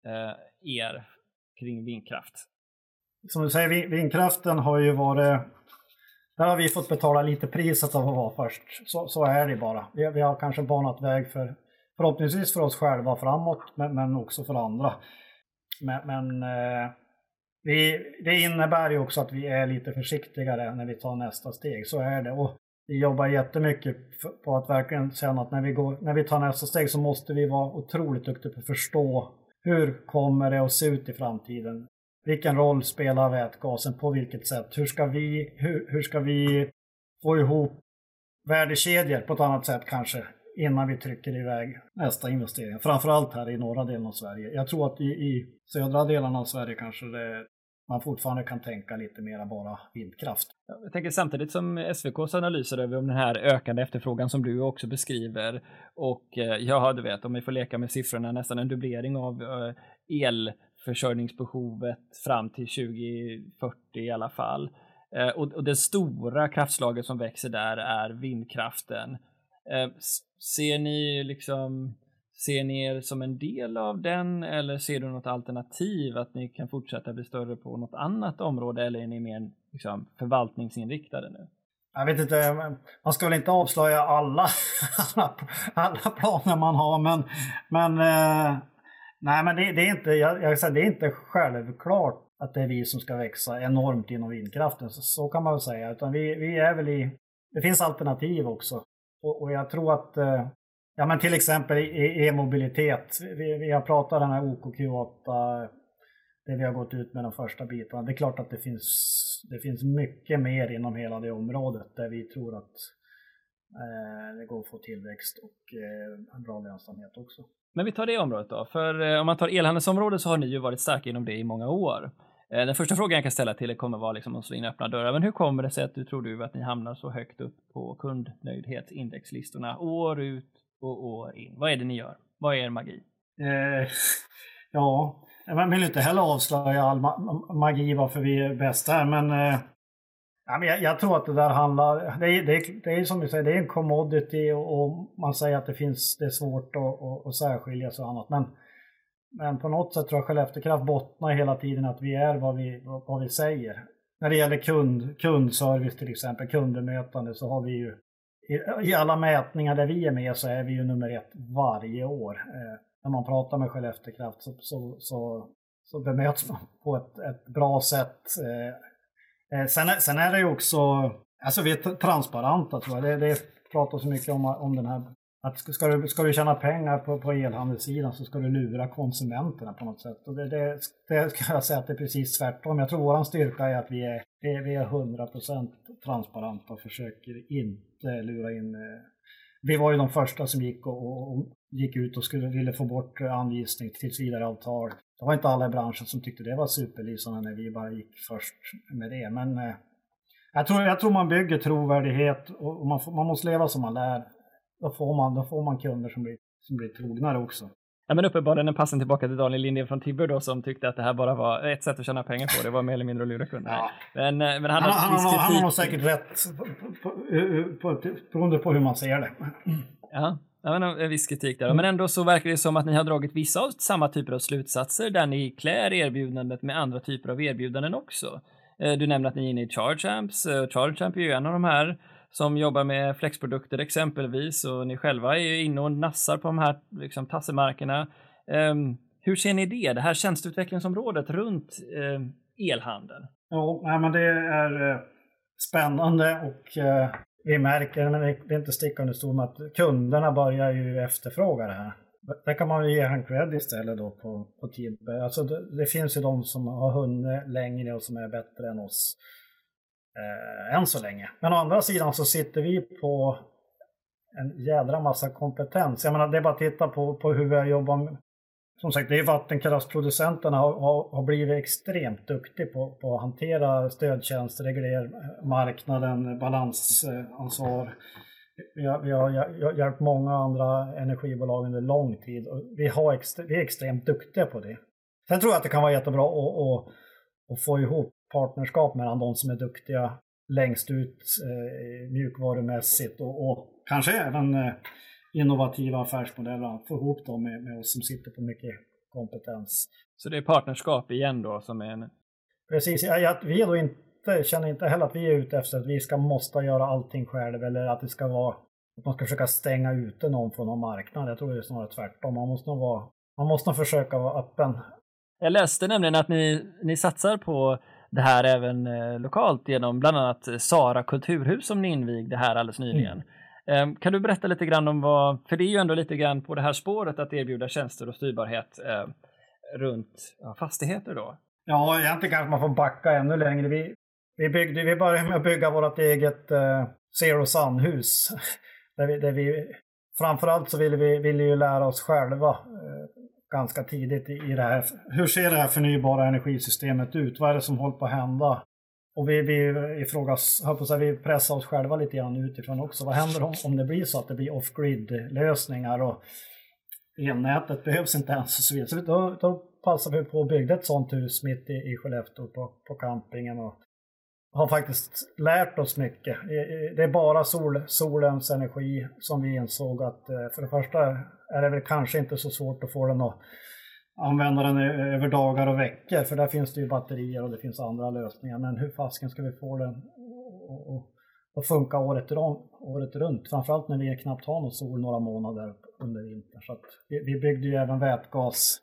kring vindkraft? Som du säger, vindkraften har ju varit, där har vi fått betala lite priset av att vara först. Så är det bara. Vi har kanske banat väg förhoppningsvis för oss själva framåt, men också för andra. Men det innebär ju också att vi är lite försiktigare när vi tar nästa steg. Så är det. Och vi jobbar jättemycket på att verkligen känna att när vi tar nästa steg så måste vi vara otroligt duktiga på att förstå hur kommer det att se ut i framtiden. Vilken roll spelar vätgasen? På vilket sätt? Hur ska vi få ihop värdekedjor på ett annat sätt kanske innan vi trycker iväg nästa investering? Framförallt här i norra delen av Sverige. Jag tror att i södra delen av Sverige kanske man fortfarande kan tänka lite mer bara vindkraft. Jag tänker samtidigt som SVKs analyser över den här ökande efterfrågan som du också beskriver, och du vet, om vi får leka med siffrorna, nästan en dubblering av elförsörjningsbehovet fram till 2040 i alla fall. Och det stora kraftslaget som växer där är vindkraften. Ser ni er som en del av den, eller ser du något alternativ att ni kan fortsätta bli större på något annat område, eller är ni mer förvaltningsinriktade nu? Jag vet inte, man ska väl inte avslöja alla planer man har, men det är inte, det är inte självklart att det är vi som ska växa enormt inom vindkraften, så kan man väl säga, utan vi är väl det finns alternativ också, och jag tror att men till exempel i e-mobilitet, vi har pratat om den här OKQ8, det vi har gått ut med de första bitarna. Det är klart att det finns mycket mer inom hela det området där vi tror att Det går att få tillväxt och en bra lönsamhet också. Men vi tar det området då. För om man tar elhandelsområdet så har ni ju varit starka inom det i många år. Den första frågan jag kan ställa till er kommer vara liksom att slå in öppna dörrar. Men hur kommer det sig att du tror att ni hamnar så högt upp på kundnöjdhetsindexlistorna år ut och år in? Vad är det ni gör? Vad är er magi? Ja, man vill inte heller avslöja all magi varför vi är bäst här. Men jag tror att det där handlar... Det är som du säger, det är en commodity och man säger att det är svårt att särskilja sig och annat. Men på något sätt tror jag Skelleftekraft bottnar hela tiden att vi är vad vi säger. När det gäller kundservice till exempel, kundbemötande, så har vi ju i alla mätningar där vi är med så är vi ju nummer 1 varje år. När man pratar med Skelleftekraft så bemöts man på ett bra sätt. Sen är det ju också, alltså vi är transparenta tror jag. Det pratar så mycket om den här, att ska du tjäna pengar på elhandelssidan så ska du lura konsumenterna på något sätt. Och det ska jag säga att det är precis tvärtom. Jag tror våran styrka är att vi är 100% transparenta och försöker inte lura in. Vi var ju de första som gick ut och ville få bort anvisning tills vidare avtal. Det var inte alla i branschen som tyckte det var superlysande när vi bara gick först med det. Men jag tror man bygger trovärdighet och man måste leva som man lär. Då får man kunder som blir trognare också. Ja, men uppenbarligen en passning tillbaka till Daniel Lindén från Tibber då, som tyckte att det här bara var ett sätt att tjäna pengar på. Det var mer eller mindre att lura kunder. Ja. Men han har nog säkert rätt beroende på hur man ser det. Ja, men en viss kritik där. Men ändå så verkar det som att ni har dragit vissa av samma typer av slutsatser där ni klär erbjudandet med andra typer av erbjudanden också. Du nämnde att ni är inne i ChargeAmps. ChargeAmp är ju en av de här som jobbar med flexprodukter exempelvis, och ni själva är ju inne och nassar på de här liksom, tassemarkerna. Hur ser ni det här tjänsteutvecklingsområdet runt elhandeln? Jo, men det är spännande och vi märker, men det är inte stickande stol med att kunderna börjar ju efterfråga det här. Det kan man ju ge en cred istället då på Tibber. Alltså det finns ju de som har hunnit längre och som är bättre än oss. Än så länge. Men å andra sidan så sitter vi på en jädra massa kompetens. Jag menar, det är bara att titta på hur vi jobbar med. Som sagt, det är vattenkraftsproducenterna har blivit extremt duktiga på att hantera stödtjänster, reglera marknaden, balansansvar. Vi har hjälpt många andra energibolag under lång tid och vi är extremt duktiga på det. Sen tror jag att det kan vara jättebra att få ihop partnerskap mellan de som är duktiga längst ut mjukvarumässigt och kanske även innovativa affärsmodeller, få ihop dem med oss som sitter på mycket kompetens. Så det är partnerskap igen då som är en... Precis, vi är då känner inte heller att vi är ute efter att vi måste göra allting själv eller att det ska vara att man ska försöka stänga ute någon från någon marknad. Jag tror det är snarare tvärtom. Man måste nog försöka vara öppen. Jag läste nämligen att ni satsar på det här även lokalt genom bland annat Sara kulturhus som ni invigde här alldeles nyligen. Kan du berätta lite grann om för det är ju ändå lite grann på det här spåret att erbjuda tjänster och styrbarhet runt fastigheter då? Ja, egentligen kanske man får backa ännu längre. Vi började med att bygga vårt eget Zero Sun-hus. Där vi framförallt så ville vi ju lära oss själva ganska tidigt i det här. Hur ser det här förnybara energisystemet ut? Vad är det som håller på att hända? Och vi pressar oss själva lite grann utifrån också. Vad händer om det blir så att det blir off-grid-lösningar och elnätet behövs inte ens och så vidare. Så då passar vi på att bygga ett sånt hus mitt i Skellefteå på campingen och har faktiskt lärt oss mycket. Det är bara solens energi som vi insåg att för det första är det väl kanske inte så svårt att få den att använda den över dagar och veckor, för där finns det ju batterier och det finns andra lösningar. Men hur fasken ska vi få den att funka året runt? Framförallt när vi knappt har någon sol några månader under vintern. Så att vi byggde ju även vätgas,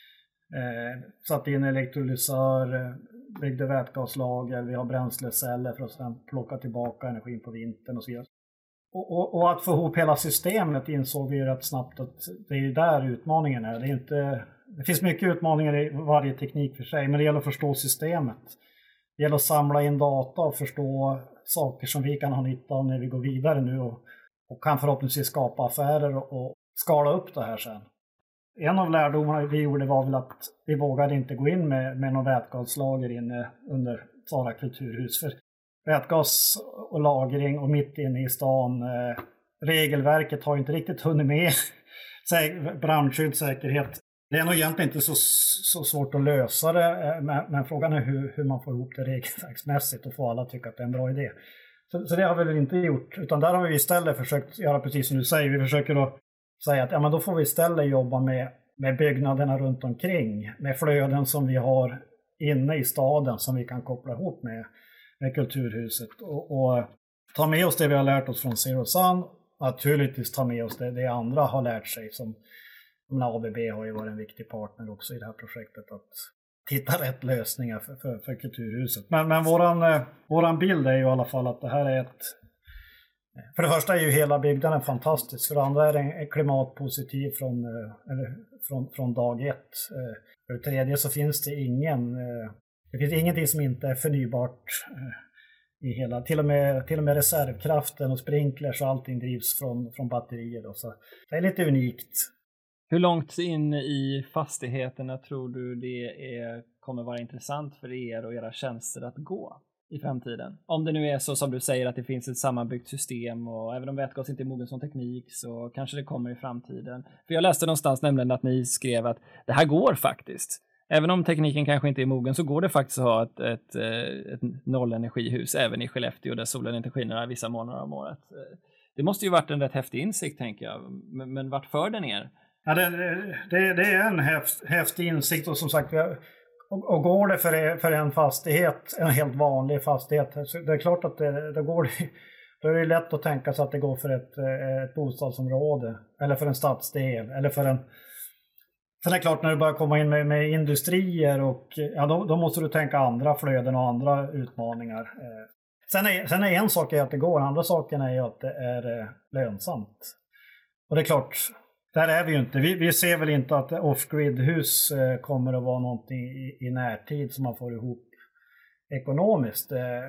satte in elektrolysör, byggde vätgaslager, vi har bränsleceller för att sedan plocka tillbaka energin på vintern och så vidare. Och att få ihop hela systemet insåg vi ju rätt snabbt att det är ju där utmaningen är. Det finns mycket utmaningar i varje teknik för sig, men det gäller att förstå systemet. Det gäller att samla in data och förstå saker som vi kan ha nytta av när vi går vidare nu och och kan förhoppningsvis skapa affärer och skala upp det här sen. En av lärdomarna vi gjorde var väl att vi vågade inte gå in med någon vätgaslager inne under Sara kulturhus. För vätgas och lagring och mitt inne i stan, regelverket har inte riktigt hunnit med. Brandskydd, säkerhet. Det är nog egentligen inte så svårt att lösa det, men frågan är hur man får ihop det regelverksmässigt och få alla att tycka att det är en bra idé. Så det har vi väl inte gjort, utan där har vi istället försökt göra precis som du säger. Vi försöker då säga att men då får vi istället jobba med byggnaderna runt omkring, med flöden som vi har inne i staden som vi kan koppla ihop med kulturhuset och ta med oss det vi har lärt oss från Zero Sun, naturligtvis ta med oss det andra har lärt sig, som ABB har ju varit en viktig partner också i det här projektet, att hitta rätt lösningar för kulturhuset. Men våran bild är ju i alla fall att det här är för det första är ju hela byggnaden fantastisk, för det andra är den klimatpositiv från dag ett. För det tredje så finns det ingenting som inte är förnybart i hela, till och med reservkraften och sprinklers och allting drivs från batterier då, så det är lite unikt. Hur långt in i fastigheterna tror du kommer vara intressant för er och era tjänster att gå i framtiden? Om det nu är så som du säger att det finns ett sammanbyggt system, och även om vätgas inte är mogen som teknik så kanske det kommer i framtiden. För jag läste någonstans nämligen att ni skrev att det här går faktiskt. Även om tekniken kanske inte är mogen så går det faktiskt att ha ett nollenergihus även i Skellefteå där solen inte skiner vissa månader om året. Det måste ju varit en rätt häftig insikt, tänker jag. Men vart för den er? Ja, det är en häftig insikt, och som sagt, och går det för en fastighet, en helt vanlig fastighet, så det är klart att då är det lätt att tänka sig att det går för ett bostadsområde eller för en stadsdel eller för en. Sen är det klart, när du börjar komma in med industrier och då måste du tänka andra flöden och andra utmaningar. Sen är en sak att det går, andra saken är att det är lönsamt. Och det är klart, där är vi ju inte. Vi ser väl inte att off-grid-hus kommer att vara någonting i närtid som man får ihop ekonomiskt.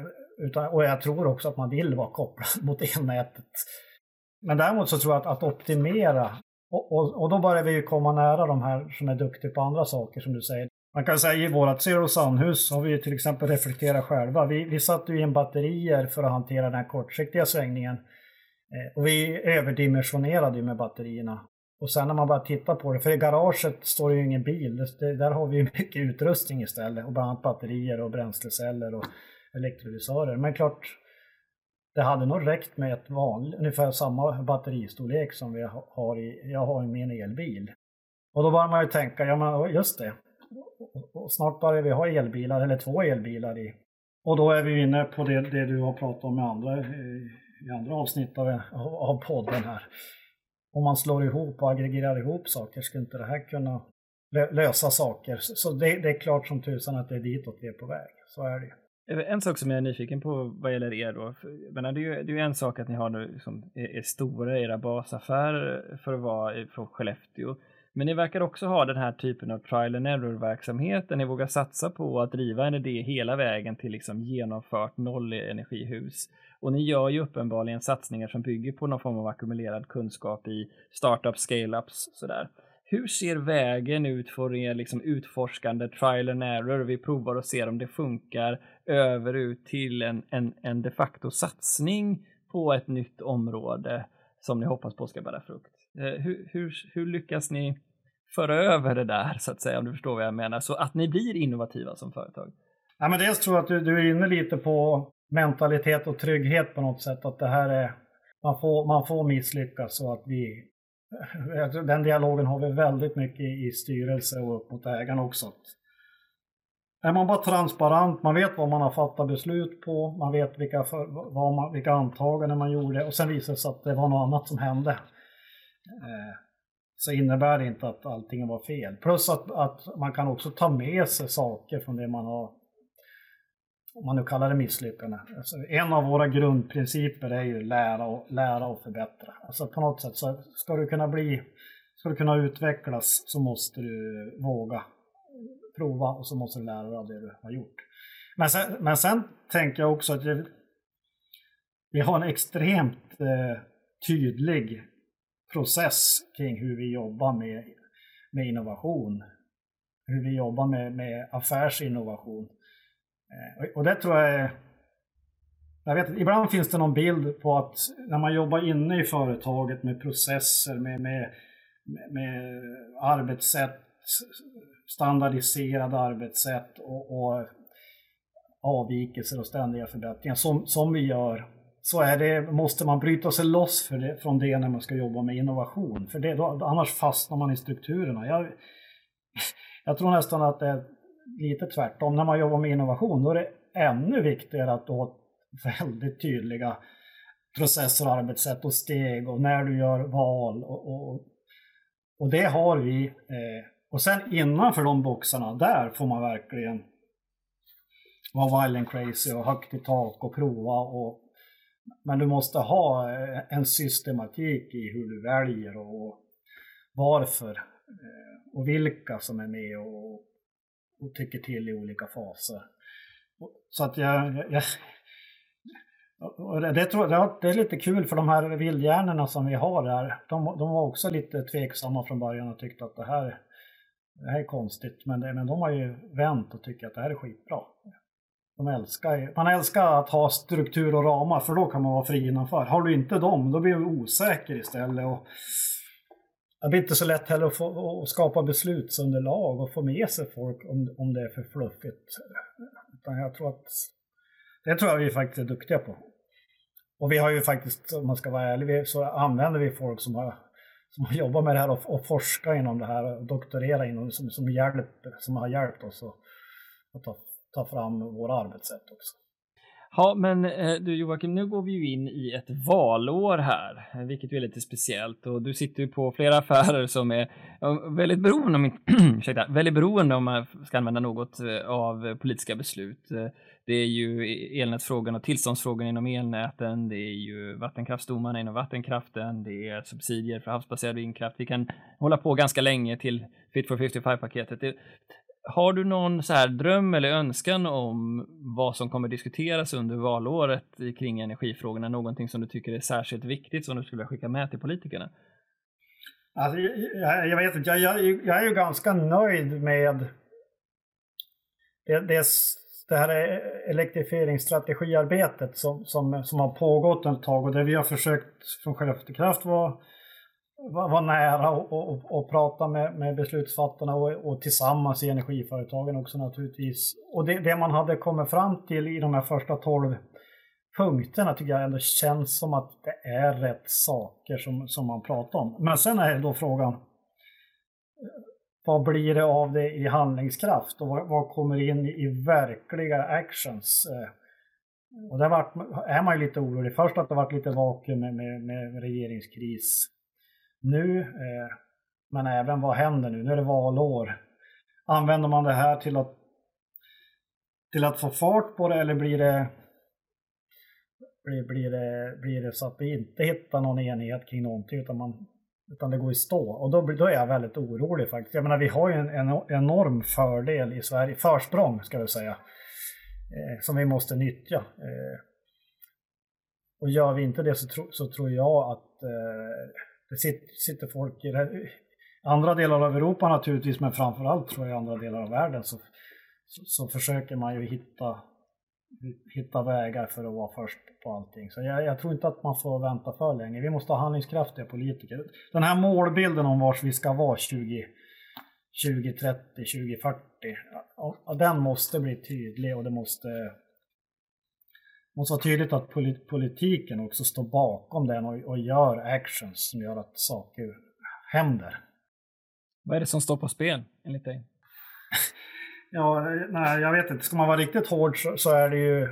Och jag tror också att man vill vara kopplad mot elnätet. Men däremot så tror jag att optimera, och då börjar vi ju komma nära de här som är duktiga på andra saker som du säger. Man kan säga i vårt Zero Sun-hus har vi till exempel reflekterat själva. Vi satte ju in batterier för att hantera den här kortsiktiga svängningen. Och vi överdimensionerade ju med batterierna. Och sen när man bara tittar på det, för i garaget står det ju ingen bil, där har vi ju mycket utrustning istället, och bland annat batterier och bränsleceller och elektrolysörer. Men klart, det hade nog räckt med ett ungefär samma batteristorlek som jag har i min elbil. Och då börjar man ju tänka, just det, och snart börjar vi ha elbilar, eller 2 elbilar i. Och då är vi inne på det du har pratat om i andra avsnitt av podden här. Om man slår ihop och aggregerar ihop saker, ska inte det här kunna lösa saker? Så det är klart som tusan att det är ditåt vi är på väg. Så är det. En sak som jag är nyfiken på vad gäller er då, men det är ju en sak att ni har nu liksom, är stora era basaffärer för att vara från Skellefteå. Men ni verkar också ha den här typen av trial and error-verksamhet där ni vågar satsa på att driva en idé hela vägen till liksom genomfört nollenergihus. Och ni gör ju uppenbarligen satsningar som bygger på någon form av ackumulerad kunskap i startup, scale-ups sådär. Hur ser vägen ut för er liksom utforskande trial and error? Vi provar och ser om det funkar över ut till en de facto satsning på ett nytt område som ni hoppas på ska bära frukt. Hur lyckas ni föra över det där, så att säga, om du förstår vad jag menar, så att ni blir innovativa som företag? Ja, men dels tror jag att du är inne lite på mentalitet och trygghet på något sätt, att det här är, man får misslyckas, så att den dialogen har vi väldigt mycket i styrelse och upp mot ägarna också. Är man bara transparent, man vet vad man har fattat beslut på, man vet vilka antaganden man gjorde, och sen visar det sig att det var något annat som hände. Så innebär det inte att allting var fel. Plus att man kan också ta med sig saker från det man har, om man nu kallar det misslyckande. Alltså, en av våra grundprinciper är ju lära och förbättra. Alltså på något sätt så ska du kunna utvecklas, så måste du våga prova, och så måste du lära dig av det du har gjort. Men sen tänker jag också att vi har en extremt tydlig process kring hur vi jobbar med innovation. Hur vi jobbar med affärsinnovation. Och det tror jag vet, ibland finns det någon bild på att när man jobbar inne i företaget med processer, med arbetssätt, standardiserade arbetssätt och avvikelser och ständiga förbättringar som vi gör, så måste man bryta sig loss från det när man ska jobba med innovation. För annars fastnar man i strukturerna. Jag tror nästan att det är lite tvärtom. När man jobbar med innovation, då är det ännu viktigare att ha väldigt tydliga processer, arbetssätt och steg och när du gör val och det har vi. Och sen innanför de boxarna, där får man verkligen vara wild and crazy och högt i tak och prova. Men du måste ha en systematik i hur du väljer och varför och vilka som är med och tycker till i olika faser. Så att det tror jag, det är lite kul för de här vildhjärnorna som vi har där. De var också lite tveksamma från början och tyckte att det här är konstigt. Men de har ju vänt och tycker att det här är skitbra. Man älskar att ha struktur och ramar, för då kan man vara fri innanför. Har du inte dem, då blir du osäker istället. Och det blir inte så lätt heller att skapa beslutsunderlag och få med sig folk om det är för fluffigt. Utan det tror jag vi faktiskt är duktiga på. Och vi har ju faktiskt, om man ska vara ärlig, så använder vi folk som har jobbat med det här och forskar inom det här och doktorerar inom som har hjälpt oss att ta fram våra arbetssätt också. Ja, men du Joakim, nu går vi ju in i ett valår här, vilket är lite speciellt, och du sitter ju på flera affärer som är väldigt beroende om man ska använda något av politiska beslut. Det är ju elnätsfrågan och tillståndsfrågan inom elnäten, det är ju vattenkraftsdomarna inom vattenkraften, det är subsidier för havsbaserad vindkraft. Vi kan hålla på ganska länge till Fit for 55-paketet. Har du någon så här dröm eller önskan om vad som kommer diskuteras under valåret kring energifrågorna? Någonting som du tycker är särskilt viktigt som du skulle vilja skicka med till politikerna? Alltså, jag vet inte, jag är ju ganska nöjd med det här elektrifieringsstrategiarbetet som har pågått ett tag och där vi har försökt från Skellefteå Kraft var nära och prata med beslutsfattarna och tillsammans i energiföretagen också naturligtvis. Och det man hade kommit fram till i de här första 12 punkterna tycker jag ändå känns som att det är rätt saker som man pratar om. Men sen är då frågan, vad blir det av det i handlingskraft och vad kommer in i verkliga actions? Och där är man ju lite orolig. Först att det varit lite vakuum med regeringskris nu, men även vad händer nu? Nu är det valår. Använder man det här till att få fart på det, eller blir det så att vi inte hittar någon enighet kring någonting utan det går i stå? Och då är jag väldigt orolig faktiskt. Jag menar, vi har ju en enorm fördel i Sverige, försprång ska vi säga, som vi måste nyttja. Och gör vi inte det så tror jag att det sitter folk i andra delar av Europa naturligtvis, men framförallt tror jag i andra delar av världen så försöker man ju hitta vägar för att vara först på allting. Så jag tror inte att man får vänta för länge. Vi måste ha handlingskraftiga politiker. Den här målbilden om vars vi ska vara 2030, 2040, den måste bli tydlig, och det måste vara tydligt att politiken också står bakom den och gör actions som gör att saker händer. Vad är det som står på spel enligt dig? Nej, jag vet inte. Ska man vara riktigt hård så är det ju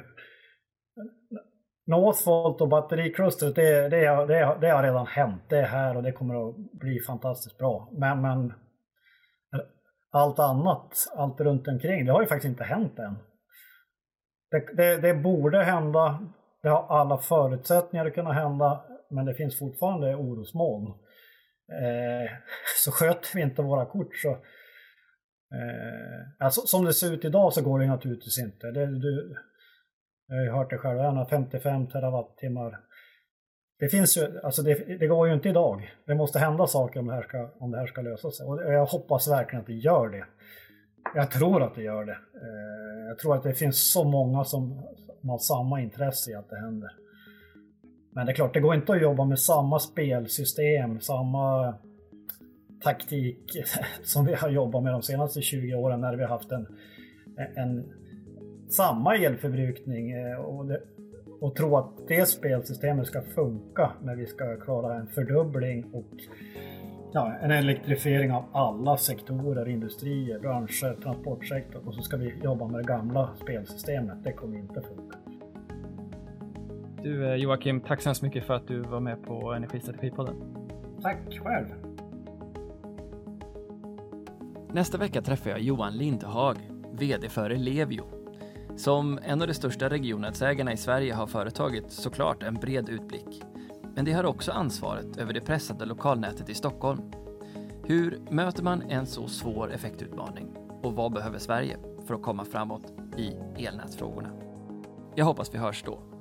Northvolt och batterikluster. Det har redan hänt. Det är här och det kommer att bli fantastiskt bra. Men allt annat, allt runt omkring, det har ju faktiskt inte hänt än. Det borde hända. Det har alla förutsättningar att kunna hända, men det finns fortfarande orosmoln. Så sköter vi inte våra kort så alltså, som det ser ut idag så går det naturligtvis inte. Jag har ju hört det själv, 55 terawattimmar det finns ju, alltså det går ju inte idag. Det måste hända saker om det här ska lösa sig. Och jag hoppas verkligen att det gör det. Jag tror att det gör det. Jag tror att det finns så många som har samma intresse i att det händer. Men det är klart, det går inte att jobba med samma spelsystem, samma taktik som vi har jobbat med de senaste 20 åren när vi har haft samma elförbrukning och tro att det spelsystemet ska funka när vi ska klara en fördubbling och en elektrifiering av alla sektorer, industrier, branscher, transportsektor, och så ska vi jobba med det gamla spelsystemet. Det kommer inte funka. Du Joakim, tack så hemskt mycket för att du var med på Energistrategipodden. Tack själv. Nästa vecka träffar jag Johan Lindhag, vd för Ellevio. Som en av de största regionnätsägarna i Sverige har företaget såklart en bred utblick. Men det har också ansvaret över det pressade lokalnätet i Stockholm. Hur möter man en så svår effektutmaning? Och vad behöver Sverige för att komma framåt i elnätsfrågorna? Jag hoppas vi hörs då.